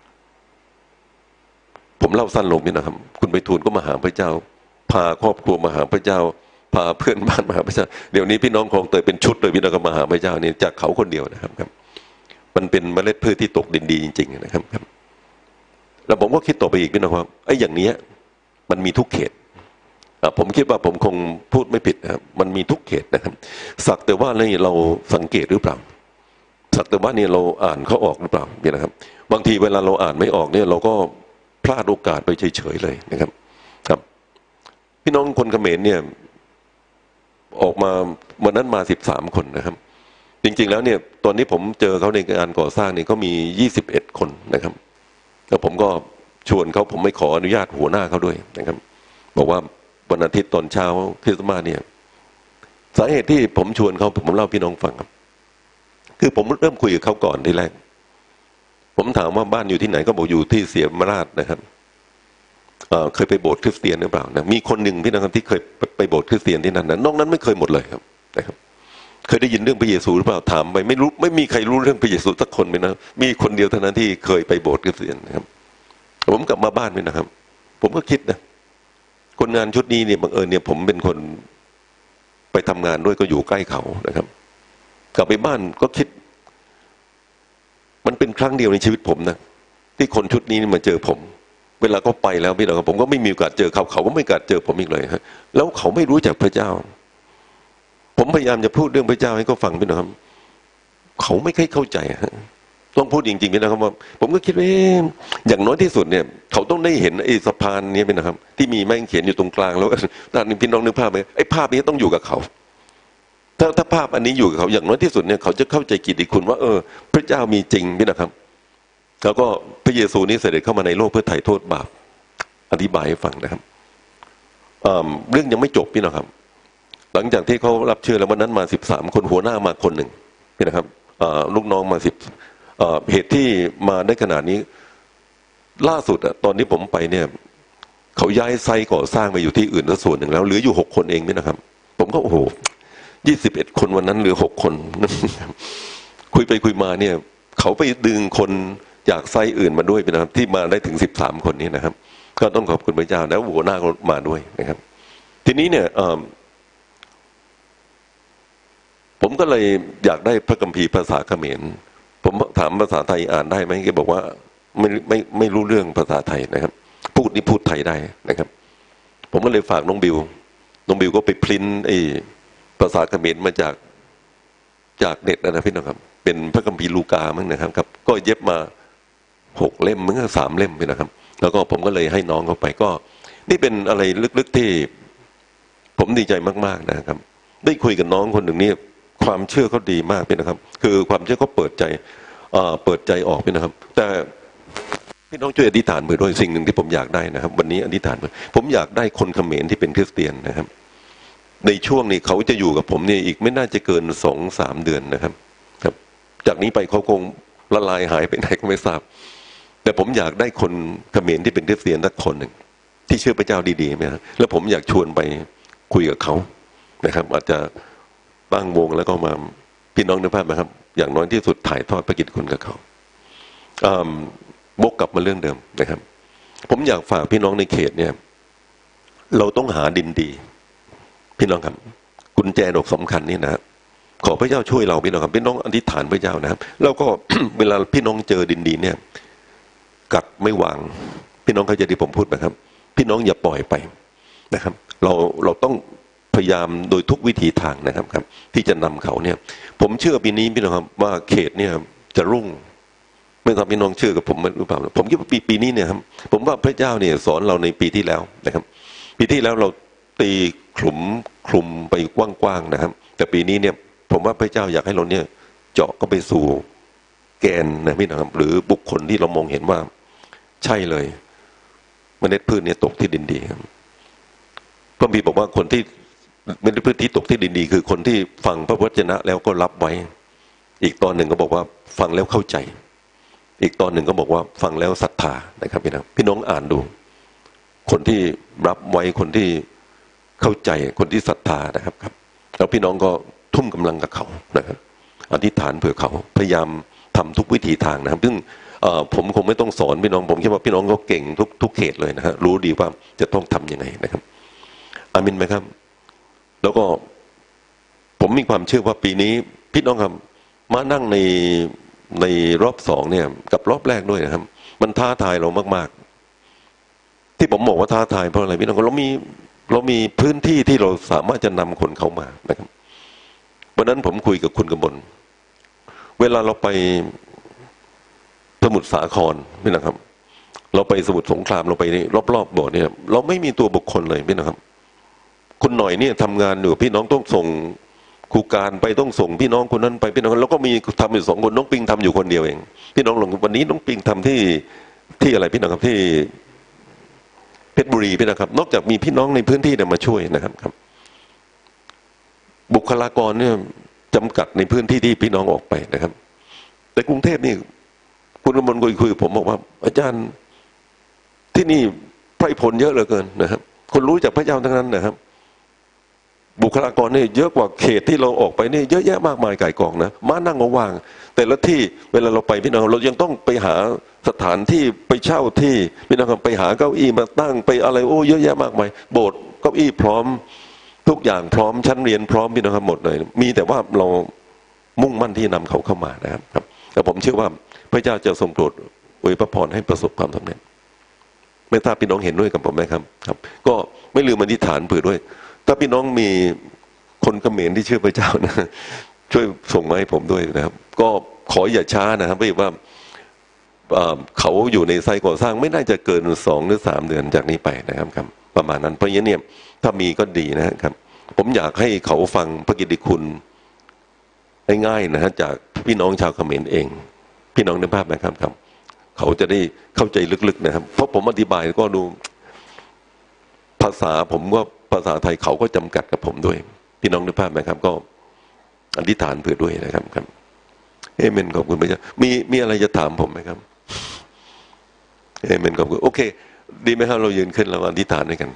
ผมเล่าสั้นลงนี่นะครับคุณไพฑูรย์ก็มาหาพระเจ้าพาครอบครัวมาหาพระเจ้าพาเพื่อนบ้านมาหาพระเจ้าเดี๋ยวนี้พี่น้องคลองเตยเป็นชุดเลยพี่น้องก็มาหาพระเจ้านี่จากเขาคนเดียวนะครับครับมันเป็นเมล็ดพืชที่ตกดินดีจริงๆนะครับครับแล้วผมก็คิดต่อไปอีกพี่น้องว่าไอ้อย่างนี้มันมีทุกเขตผมคิดว่าผมคงพูดไม่ผิดนะครับมันมีทุกเขตนะครับสักแต่ว่านี่เราสังเกตหรือเปล่าสักแต่ว่านี่เราอ่านเขาออกหรือเปล่าเนี่ยนะครับบางทีเวลาเราอ่านไม่ออกเนี่ยเราก็พลาดโอกาสไปเฉยๆเลยนะครับครับพี่น้องคนเขมรเนี่ยออกมาวันนั้นมาสิบสามคนนะครับจริงๆแล้วเนี่ยตอนนี้ผมเจอเขาในงานก่อสร้างเนี่ยเขามียี่สิบเอ็ดคนนะครับแล้วผมก็ชวนเขาผมไม่ขออนุญาตหัวหน้าเขาด้วยนะครับบอกว่าวันอาทิตย์ตอนเช้าคริสต์มาสเนี่ยสาเหตุที่ผมชวนเขาผมเล่าพี่น้องฟังครับคือผมเริ่มคุยกับเขาก่อนทีแรกผมถามว่าบ้านอยู่ที่ไหนก็บอกอยู่ที่เสียมราชนะครับเอ่อเคยไปโบสถ์คริสเตียนหรือเปล่านะมีคนหนึ่งพี่น้องที่เคยไปโบสถ์คริสเตียนที่นั่นนะนอกนั้นไม่เคยหมดเลยครับนะครับเคยได้ยินเรื่องพระเยซูหรือเปล่าถามไปไม่รู้ไม่มีใครรู้เรื่องพระเยซูสักคนเลยนะมีคนเดียวเท่านั้นที่เคยไปโบสถ์คริสเตียนนะครับผมกลับมาบ้านเลยนะครับ ผมก็คิดนะคนงานชุดนี้เนี่ยบังเอิญเนี่ยผมเป็นคนไปทำงานด้วยก็อยู่ใกล้เขานะครับ กลับไปบ้านก็คิด มันเป็นครั้งเดียวในชีวิตผมนะที่คนชุดนี้มาเจอผม เวลาเขาไปแล้วพี่น้องผมก็ไม่มีโอกาสเจอเขาเขาก็ไม่โอกาสเจอผมอีกเลยฮะแล้วเขาไม่รู้จักพระเจ้าผมพยายามจะพูดเรื่องพระเจ้าให้เขาฟังพี่น้องเขาไม่ค่อยเข้าใจฮะต้องพูดจริงๆพี่นะครับว่าผมก็คิดว่าอย่างน้อยที่สุดเนี่ยเขาต้องได้เห็นไอ้สะพานนี้พี่นะครับที่มีไม้เขียนอยู่ตรงกลางแล้วตอนนี้พี่น้องนึกภาพไหมไอ้ภาพนี้ต้องอยู่กับเขาถ้าถ้าภาพอันนี้อยู่กับเขาอย่างน้อยที่สุดเนี่ยเขาจะเข้าใจกิตติคุณว่าเออพระเจ้ามีจริงพี่นะครับแล้วก็พระเยซูนี้เสด็จเข้ามาในโลกเพื่อไถ่โทษบาปอธิบายให้ฟังนะครับเรื่องยังไม่จบพี่นะครับหลังจากที่เขารับเชื่อแล้ววันนั้นมาสิบสามคนหัวหน้ามาคนหนึ่งพี่นะครับลูกน้องมาสิบเหตุที่มาได้ขนาดนี้ล่าสุดอะตอนที่ผมไปเนี่ยเขาย้ายไซต์ก่อสร้างไปอยู่ที่อื่นแล้วส่วนหนึ่งแล้วเหลืออยู่หกคนเองพี่นะครับผมก็โอ้โหยี่สิบเอ็ดคนวันนั้นเหลือหกคนคุยไปคุยมาเนี่ยเขาไปดึงคนจากไซต์อื่นมาด้วยนะครับที่มาได้ถึงสิบสามคนนี้นะครับก็ต้องขอบคุณพระเจ้าแล้วหัวหน้าก็มาด้วยนะครับทีนี้เนี่ยผมก็เลยอยากได้พระคัมภีร์ภาษาเขมรผมถามภาษาไทยอ่านได้ไหมแกบอกว่าไม่ไม่ไม่รู้เรื่องภาษาไทยนะครับพูดนี่พูดไทยได้นะครับผมก็เลยฝากน้องบิวน้องบิวก็ไปพริ้นไอ้ภาษาเขมรมาจากจากเน็ตนะพี่น้องครับเป็นพระคัมภีร์ลูกามั้งนะครับครับก็เย็บมาหกเล่มมั้งสามเล่มพี่นะครับแล้วก็ผมก็เลยให้น้องเขาไปก็นี่เป็นอะไรลึกๆที่ผมดีใจมากๆนะครับได้คุยกับน้องคนหนึ่งนี่ความเชื่อเขาดีมากพี่นะครับคือความเชื่อเขาเปิดใจเปิดใจออกพี่นะครับแต่พี่น้องช่วยอธิษฐานเผื่อด้วยสิ่งหนึ่งที่ผมอยากได้นะครับวันนี้อธิษฐานเผื่อผมอยากได้คนเขมรที่เป็นคริสเตียนนะครับในช่วงนี้เขาจะอยู่กับผมเนี่ยอีกไม่น่าจะเกินสองสามเดือนนะครับครับจากนี้ไปเขาคงละลายหายไปไหนก็ไม่ทราบแต่ผมอยากได้คนเขมรที่เป็นคริสเตียนสักคนหนึ่งที่เชื่อพระเจ้าดีๆไหมครับแล้วผมอยากชวนไปคุยกับเขานะครับอาจจะตั้งวงแล้วก็มาพี่น้องนึกภาพไหมครับอย่างน้อยที่สุดถ่ายทอดพระกิตติคุณกับเขาบกกลับมาเรื่องเดิมนะครับผมอยากฝากพี่น้องในเขตเนี่ยเราต้องหาดินดีพี่น้องครับกุญแจดอกสำคัญนี่นะขอพระเจ้าช่วยเราพี่น้องครับพี่น้องอธิษฐานพระเจ้านะครับแล้วก็ เวลาพี่น้องเจอดินดีเนี่ยกัดไม่วางพี่น้องเข้าใจที่ผมพูดไหมครับพี่น้องอย่าปล่อยไปนะครับเราเราต้องพยายามโดยทุกวิถีทางนะครับครับที่จะนำเขาเนี่ยผมเชื่อปีนี้พี่น้องครับว่าเขตเนี่ยจะรุ่งไม่ทราบพี่น้องเชื่อกับผมหรือเปล่าผมคิดว่าปีปีนี้เนี่ยครับผมว่าพระเจ้าเนี่ยสอนเราในปีที่แล้วนะครับปีที่แล้วเราตีขลุ่มคลุมไปกว้างๆนะครับแต่ปีนี้เนี่ยผมว่าพระเจ้าอยากให้เราเนี่ยเจาะก็ไปสู่แกนนะพี่น้องครับหรือบุคคลที่เรามองเห็นว่าใช่เลยเมล็ดพืชเนี่ยตกที่ดินดีครับพระบิดาบอกว่าคนที่เมล็ดพืชที่ตกที่ดินดีคือคนที่ฟังพระวจนะแล้วก็รับไว้อีกตอนหนึ่งก็บอกว่าฟังแล้วเข้าใจอีกตอนหนึ่งก็บอกว่าฟังแล้วศรัทธานะครับพี่น้องพี่น้องอ่านดูคนที่รับไว้คนที่เข้าใจคนที่ศรัทธานะครับครับแล้วพี่น้องก็ทุ่มกำลังกับเขานะครับอธิษฐานเผื่อเขาพยายามทำทุกวิถีทางนะครับซึ่งผมคงไม่ต้องสอนพี่น้องผมคิดว่าพี่น้องก็เก่งทุกทุกเขตเลยนะฮะรู้ดีว่าจะต้องทํำยังไงนะครับอามินไหมครับแล้วก็ผมมีความเชื่อว่าปีนี้พี่น้องครับมานั่งในในรอบสองเนี่ยกับรอบแรกด้วยนะครับมันท้าทายเรามากๆที่ผมบอกว่าท้าทายเพราะอะไรพี่น้องเรามีเรามีพื้นที่ที่เราสามารถจะนำคนเข้ามานะครับวันนั้นผมคุยกับคุณกมลเวลาเราไปสมุทรสาครพี่นะครับ เราไปสมุทรสงครามเราไปรอบๆบ่อเนี่ยเราไม่มีตัวบุคคลเลยพี่นะครับคุณหน่อยเนี่ยทำงานอยู่พี่น้องต้องส่งครูการไปต้องส่งพี่น้องคนนั้นไปพี่น้องแล้วก็มีทำอยู่สองคนน้องปิงทำอยู่คนเดียวเองพี่น้องลงวันนี้น้องปิงทำที่ที่อะไรพี่น้องครับที่เพชรบุรีพี่นะครับนอกจากมีพี่น้องในพื้นที่เนี่ยมาช่วยนะครับครับบุคลากรเนี่ยจำกัดในพื้นที่ที่พี่น้องออกไปนะครับแต่กรุงเทพนี่คุณกมลคุยกับผมบอกว่าอาจารย์ที่นี่ไพร่พลเยอะเหลือเกินนะครับคนรู้จักพระเจ้าทั้งนั้นนะครับบุคลากรนี่เยอะกว่าเขตที่เราออกไปนี่เยอะแยะมากมายไก่กองนะมานั่งว่างแต่ละที่เวลาเราไปพี่น้องเรายังต้องไปหาสถานที่ไปเช่าที่พี่น้องไปหาเก้าอี้มาตั้งไปอะไรโอ้เยอะแยะมากมายโบสถ์เก้าอี้พร้อมทุกอย่างพร้อมชั้นเรียนพร้อมพี่น้องครับหมดเลยมีแต่ว่าเรามุ่งมั่นที่นำเขาเข้ามานะครับแต่ผมเชื่อว่าพระเจ้าจะทรงโปรดอวยพระพรให้ประสบความสำเร็จไม่ทราบพี่น้องเห็นด้วยกับผมไหมครับครับก็ไม่ลืมอธิษฐานเผื่อด้วยถ้าพี่น้องมีคนเขมรที่เชื่อพระเจ้านะช่วยส่งมาให้ผมด้วยนะครับก็ขออย่าช้านะครับเพราะว่าเขาอยู่ในไซต์ก่อสร้างไม่น่าจะเกินสองหรือสามเดือนจากนี้ไปนะครับครับประมาณนั้นเพราะงั้นเนี่ยถ้ามีก็ดีนะครับผมอยากให้เขาฟังพระกิตติคุณง่ายๆนะฮะจากพี่น้องชาวเขมรเองพี่น้องในภาพนะครับครับเขาจะได้เข้าใจลึกๆนะครับเพราะผมอธิบายก็ดูภาษาผมก็ภาษาไทยเขาก็จำกัดกับผมด้วยพี่น้องในภาพนะครับก็อธิษฐานเผื่อด้วยนะครับครับเอเมนขอบคุณพระเจ้ามีมีอะไรจะถามผมไหมครับเอเมนขอบคุณโอเคดีไหมครับเรายืนขึ้นแล้วอธิษฐานด้วยกัน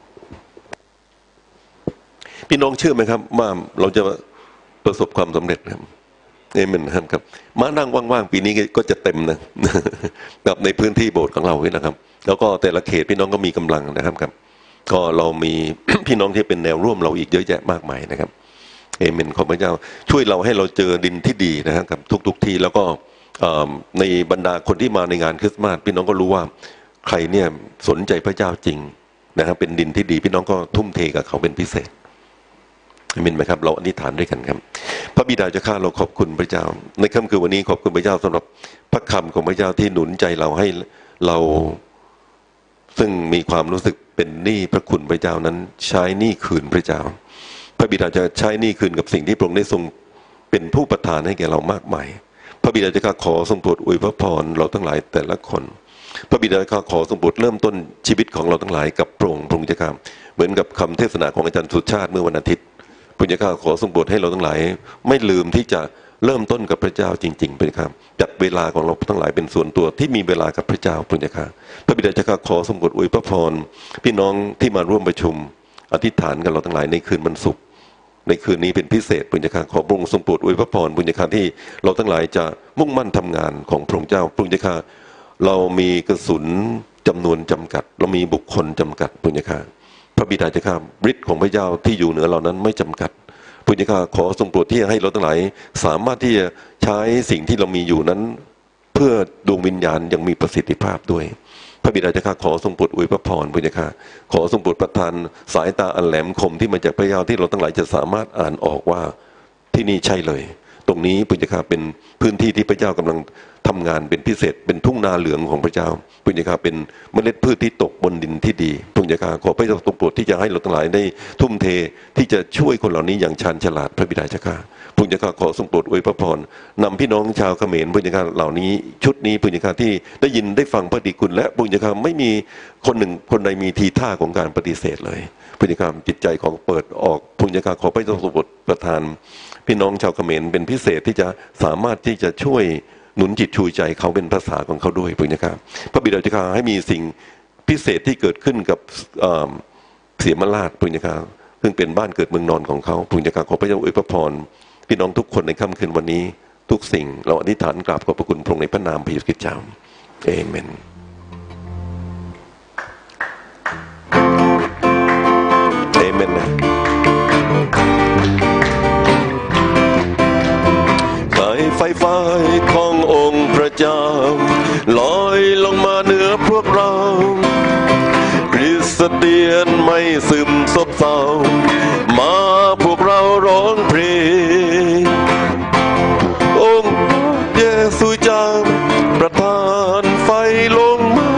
พี่น้องเชื่อไหมครับว่าเราจะประสบความสำเร็จครับเอเมนครับมานั่งว่างๆปีนี้ก็จะเต็มนะกับในพื้นที่โบสถ์ของเราด้วยนะครับแล้วก็แต่ละเขตพี่น้องก็มีกำลังนะครับครับก็เรามีพี่น้องที่เป็นแนวร่วมเราอีกเยอะแยะมากมายนะครับเอเมนขอบพระเจ้าช่วยเราให้เราเจอดินที่ดีนะครับกับทุกๆที่แล้วก็ในบรรดาคนที่มาในงานคริสต์มาสพี่น้องก็รู้ว่าใครเนี่ยสนใจพระเจ้าจริงนะครับเป็นดินที่ดีพี่น้องก็ทุ่มเทกับเขาเป็นพิเศษเอเมนไหมครับเราอธิษฐานด้วยกันครับพระบิดาเจ้าข้าเราขอบคุณพระเจ้าในค่ำคืนวันนี้ขอบคุณพระเจ้าสำหรับพระคำของพระเจ้าที่หนุนใจเราให้เราซึ่งมีความรู้สึกเป็นหนี้พระคุณพระเจ้านั้นใช้หนี้คืนพระเจ้าพระบิดาจะใช้หนี้คืนกับสิ่งที่พระองค์ได้ทรงเป็นผู้ประทานให้แก่เรามากมายพระบิดาจะขอทรงโปรดอวยพระพรเราทั้งหลายแต่ละคนพระบิดาจะขอทรงโปรดเริ่มต้นชีวิตของเราทั้งหลายกับพระองค์พระองค์จะข้ามเหมือนกับคำเทศนาของอาจารย์สุชาติเมื่อวันอาทิตย์พระบิดาขอทรงโปรดให้เราทั้งหลายไม่ลืมที่จะเริ่มต้นกับพระเจ้าจริงๆพระบิดาจัดเวลาของเราทั้งหลายเป็นส่วนตัวที่มีเวลากับพระเจ้าพระบิดาพระบิดาจะขอทรงโปรดอวยพระพรพี่น้องที่มาร่วมประชุมอธิษฐานกับเราทั้งหลายในคืนวันศุกร์ในคืนนี้เป็นพิเศษพระบิดาขอพระองค์ทรงโปรดอวยพระพรพระบิดาที่เราทั้งหลายจะมุ่งมั่นทำงานของพระองค์เจ้าพระบิดาเรามีกระสุนจำนวนจำกัดเรามีบุคคลจำกัดพระบิดาพระบิดาจะข้ามฤทธิ์ของพระเจ้าที่อยู่เหนือเรานั้นไม่จำกัดพระบิดาขอทรงโปรดที่ให้เราทั้งหลายสามารถที่จะใช้สิ่งที่เรามีอยู่นั้นเพื่อดวงวิญญาณยังมีประสิทธิภาพด้วยพระบิดาเจ้าข้าขอทรงโปรดอวยพระพรพระเจ้าข้าขอทรงโปรดประทานสายตาอันแหลมคมที่มาจากพระเจ้าที่เราทั้งหลายจะสามารถอ่านออกว่าที่นี่ใช่เลยตรงนี้พระเจ้าข้าเป็นพื้นที่ที่พระเจ้ากำลังทำงานเป็นพิเศษเป็นทุ่งนาเหลืองของพระเจ้าพระเจ้าข้าเป็นเมล็ดพืชที่ตกบนดินที่ดีพระเจ้าข้าขอพระเจ้าทรงโปรดที่จะให้เราทั้งหลายได้ทุ่มเทที่จะช่วยคนเหล่านี้อย่างชาญฉลาดพระบิดาเจ้าข้าพระเจ้าข้าขอทรงโปรดอวยพระพรนำพี่น้องชาวเขมรพระเจ้าข้าเหล่านี้ชุดนี้พระเจ้าข้าที่ได้ยินได้ฟังพระดีคุณและพระเจ้าข้าไม่มีคนหนึ่งคนใดมีทีท่าของการปฏิเสธเลยพระเจ้าข้าจิตใจของเปิดออกพระเจ้าข้าขอพระเจ้าทรงโปรดประทานพี่น้องชาวเขมรเป็นพิเศษที่จะสามารถที่จะช่วยหนุนจิตชูใจเขาเป็นภาษาของเขาด้วยพระเจ้าข้าพระบิดาเจ้าข้าให้มีสิ่งพิเศษที่เกิดขึ้นกับเสียมราชพระเจ้าข้าซึ่งเป็นบ้านเกิดเมืองนอนของเขาพระเจ้าข้าขอพระเจ้าอวยพระพรพี่น้องทุกคนในค่ำคืนวันนี้ทุกสิ่งเราอธิษฐานกราบขอบพระคุณพระองค์ในพระนามพระเยซูคริสต์เจ้าเอเมนเอเมนนะสายไฟฟ้าขององค์พระเจ้าลอยลงมาเหนือพวกเราคริสเตียนไม่ซึมซบเซามาพวกเราร้องเพลงองค์เยซูเจ้าประทานไฟลงมา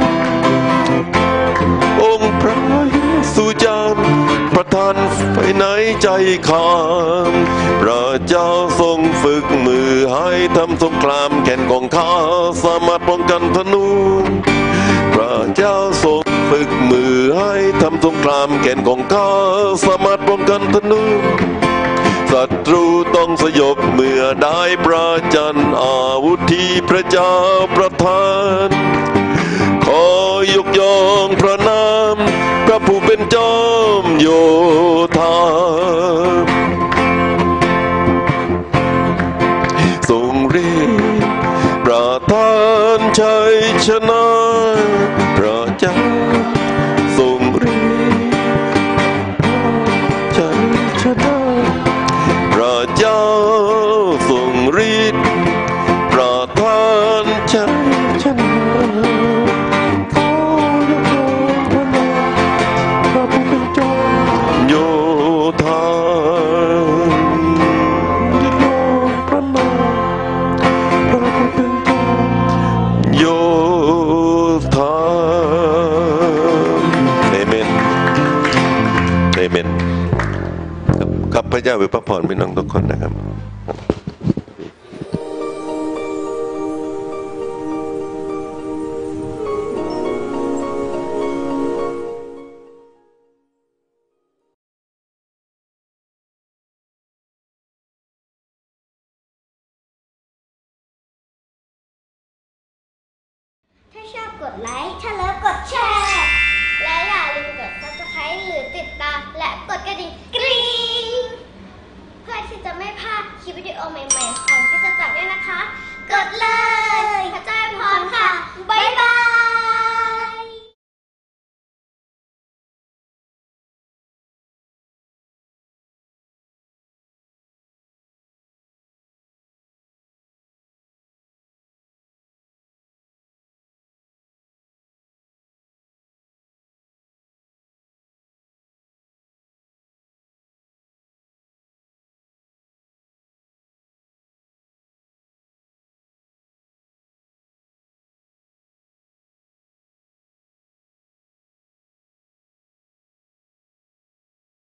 องค์พระเยซูเจ้าประทานไฟในใจข้าพระเจ้าทรงฝึกมือให้ทำสงครามแข่งของข้าสามารถป้องกันธนูพระเจ้าทรงฝึกมือให้ทำสงครามแข่งของข้าสามารถป้องกันธนูศัตรูต้องสยบเมื่อได้ประจันอาวุธที่พระเจ้าประทานขอยกย่องพระนามพระผู้เป็นจอมโยธาชนะพระเจ้าทรงฤทธิ์ชัยชนะพระเจ้าทรงฤทธิ์ประทานชัยชนะขอยกย่องพระนามพระผู้เป็นจอมโยธายกย่องพระนามพระผู้เป็นจอมโยธาเอเมนเอเมนครับพระเจ้าอวยพระพรพี่น้องทุกคนนะครับถ้าชอบกดไลค์ ถ้าเลิฟกดแชร์ และอย่าลืมกด ซับสไครบ์ หรือติดตาม และกดกระดิ่งกรี๊งเพื่อที่จะไม่พลาดคลิปวิดีโอใหม่ๆของที่จะจัดด้วยนะคะ กดเลยพระเจ้าอวยพรค่ะ บ๊ายบาย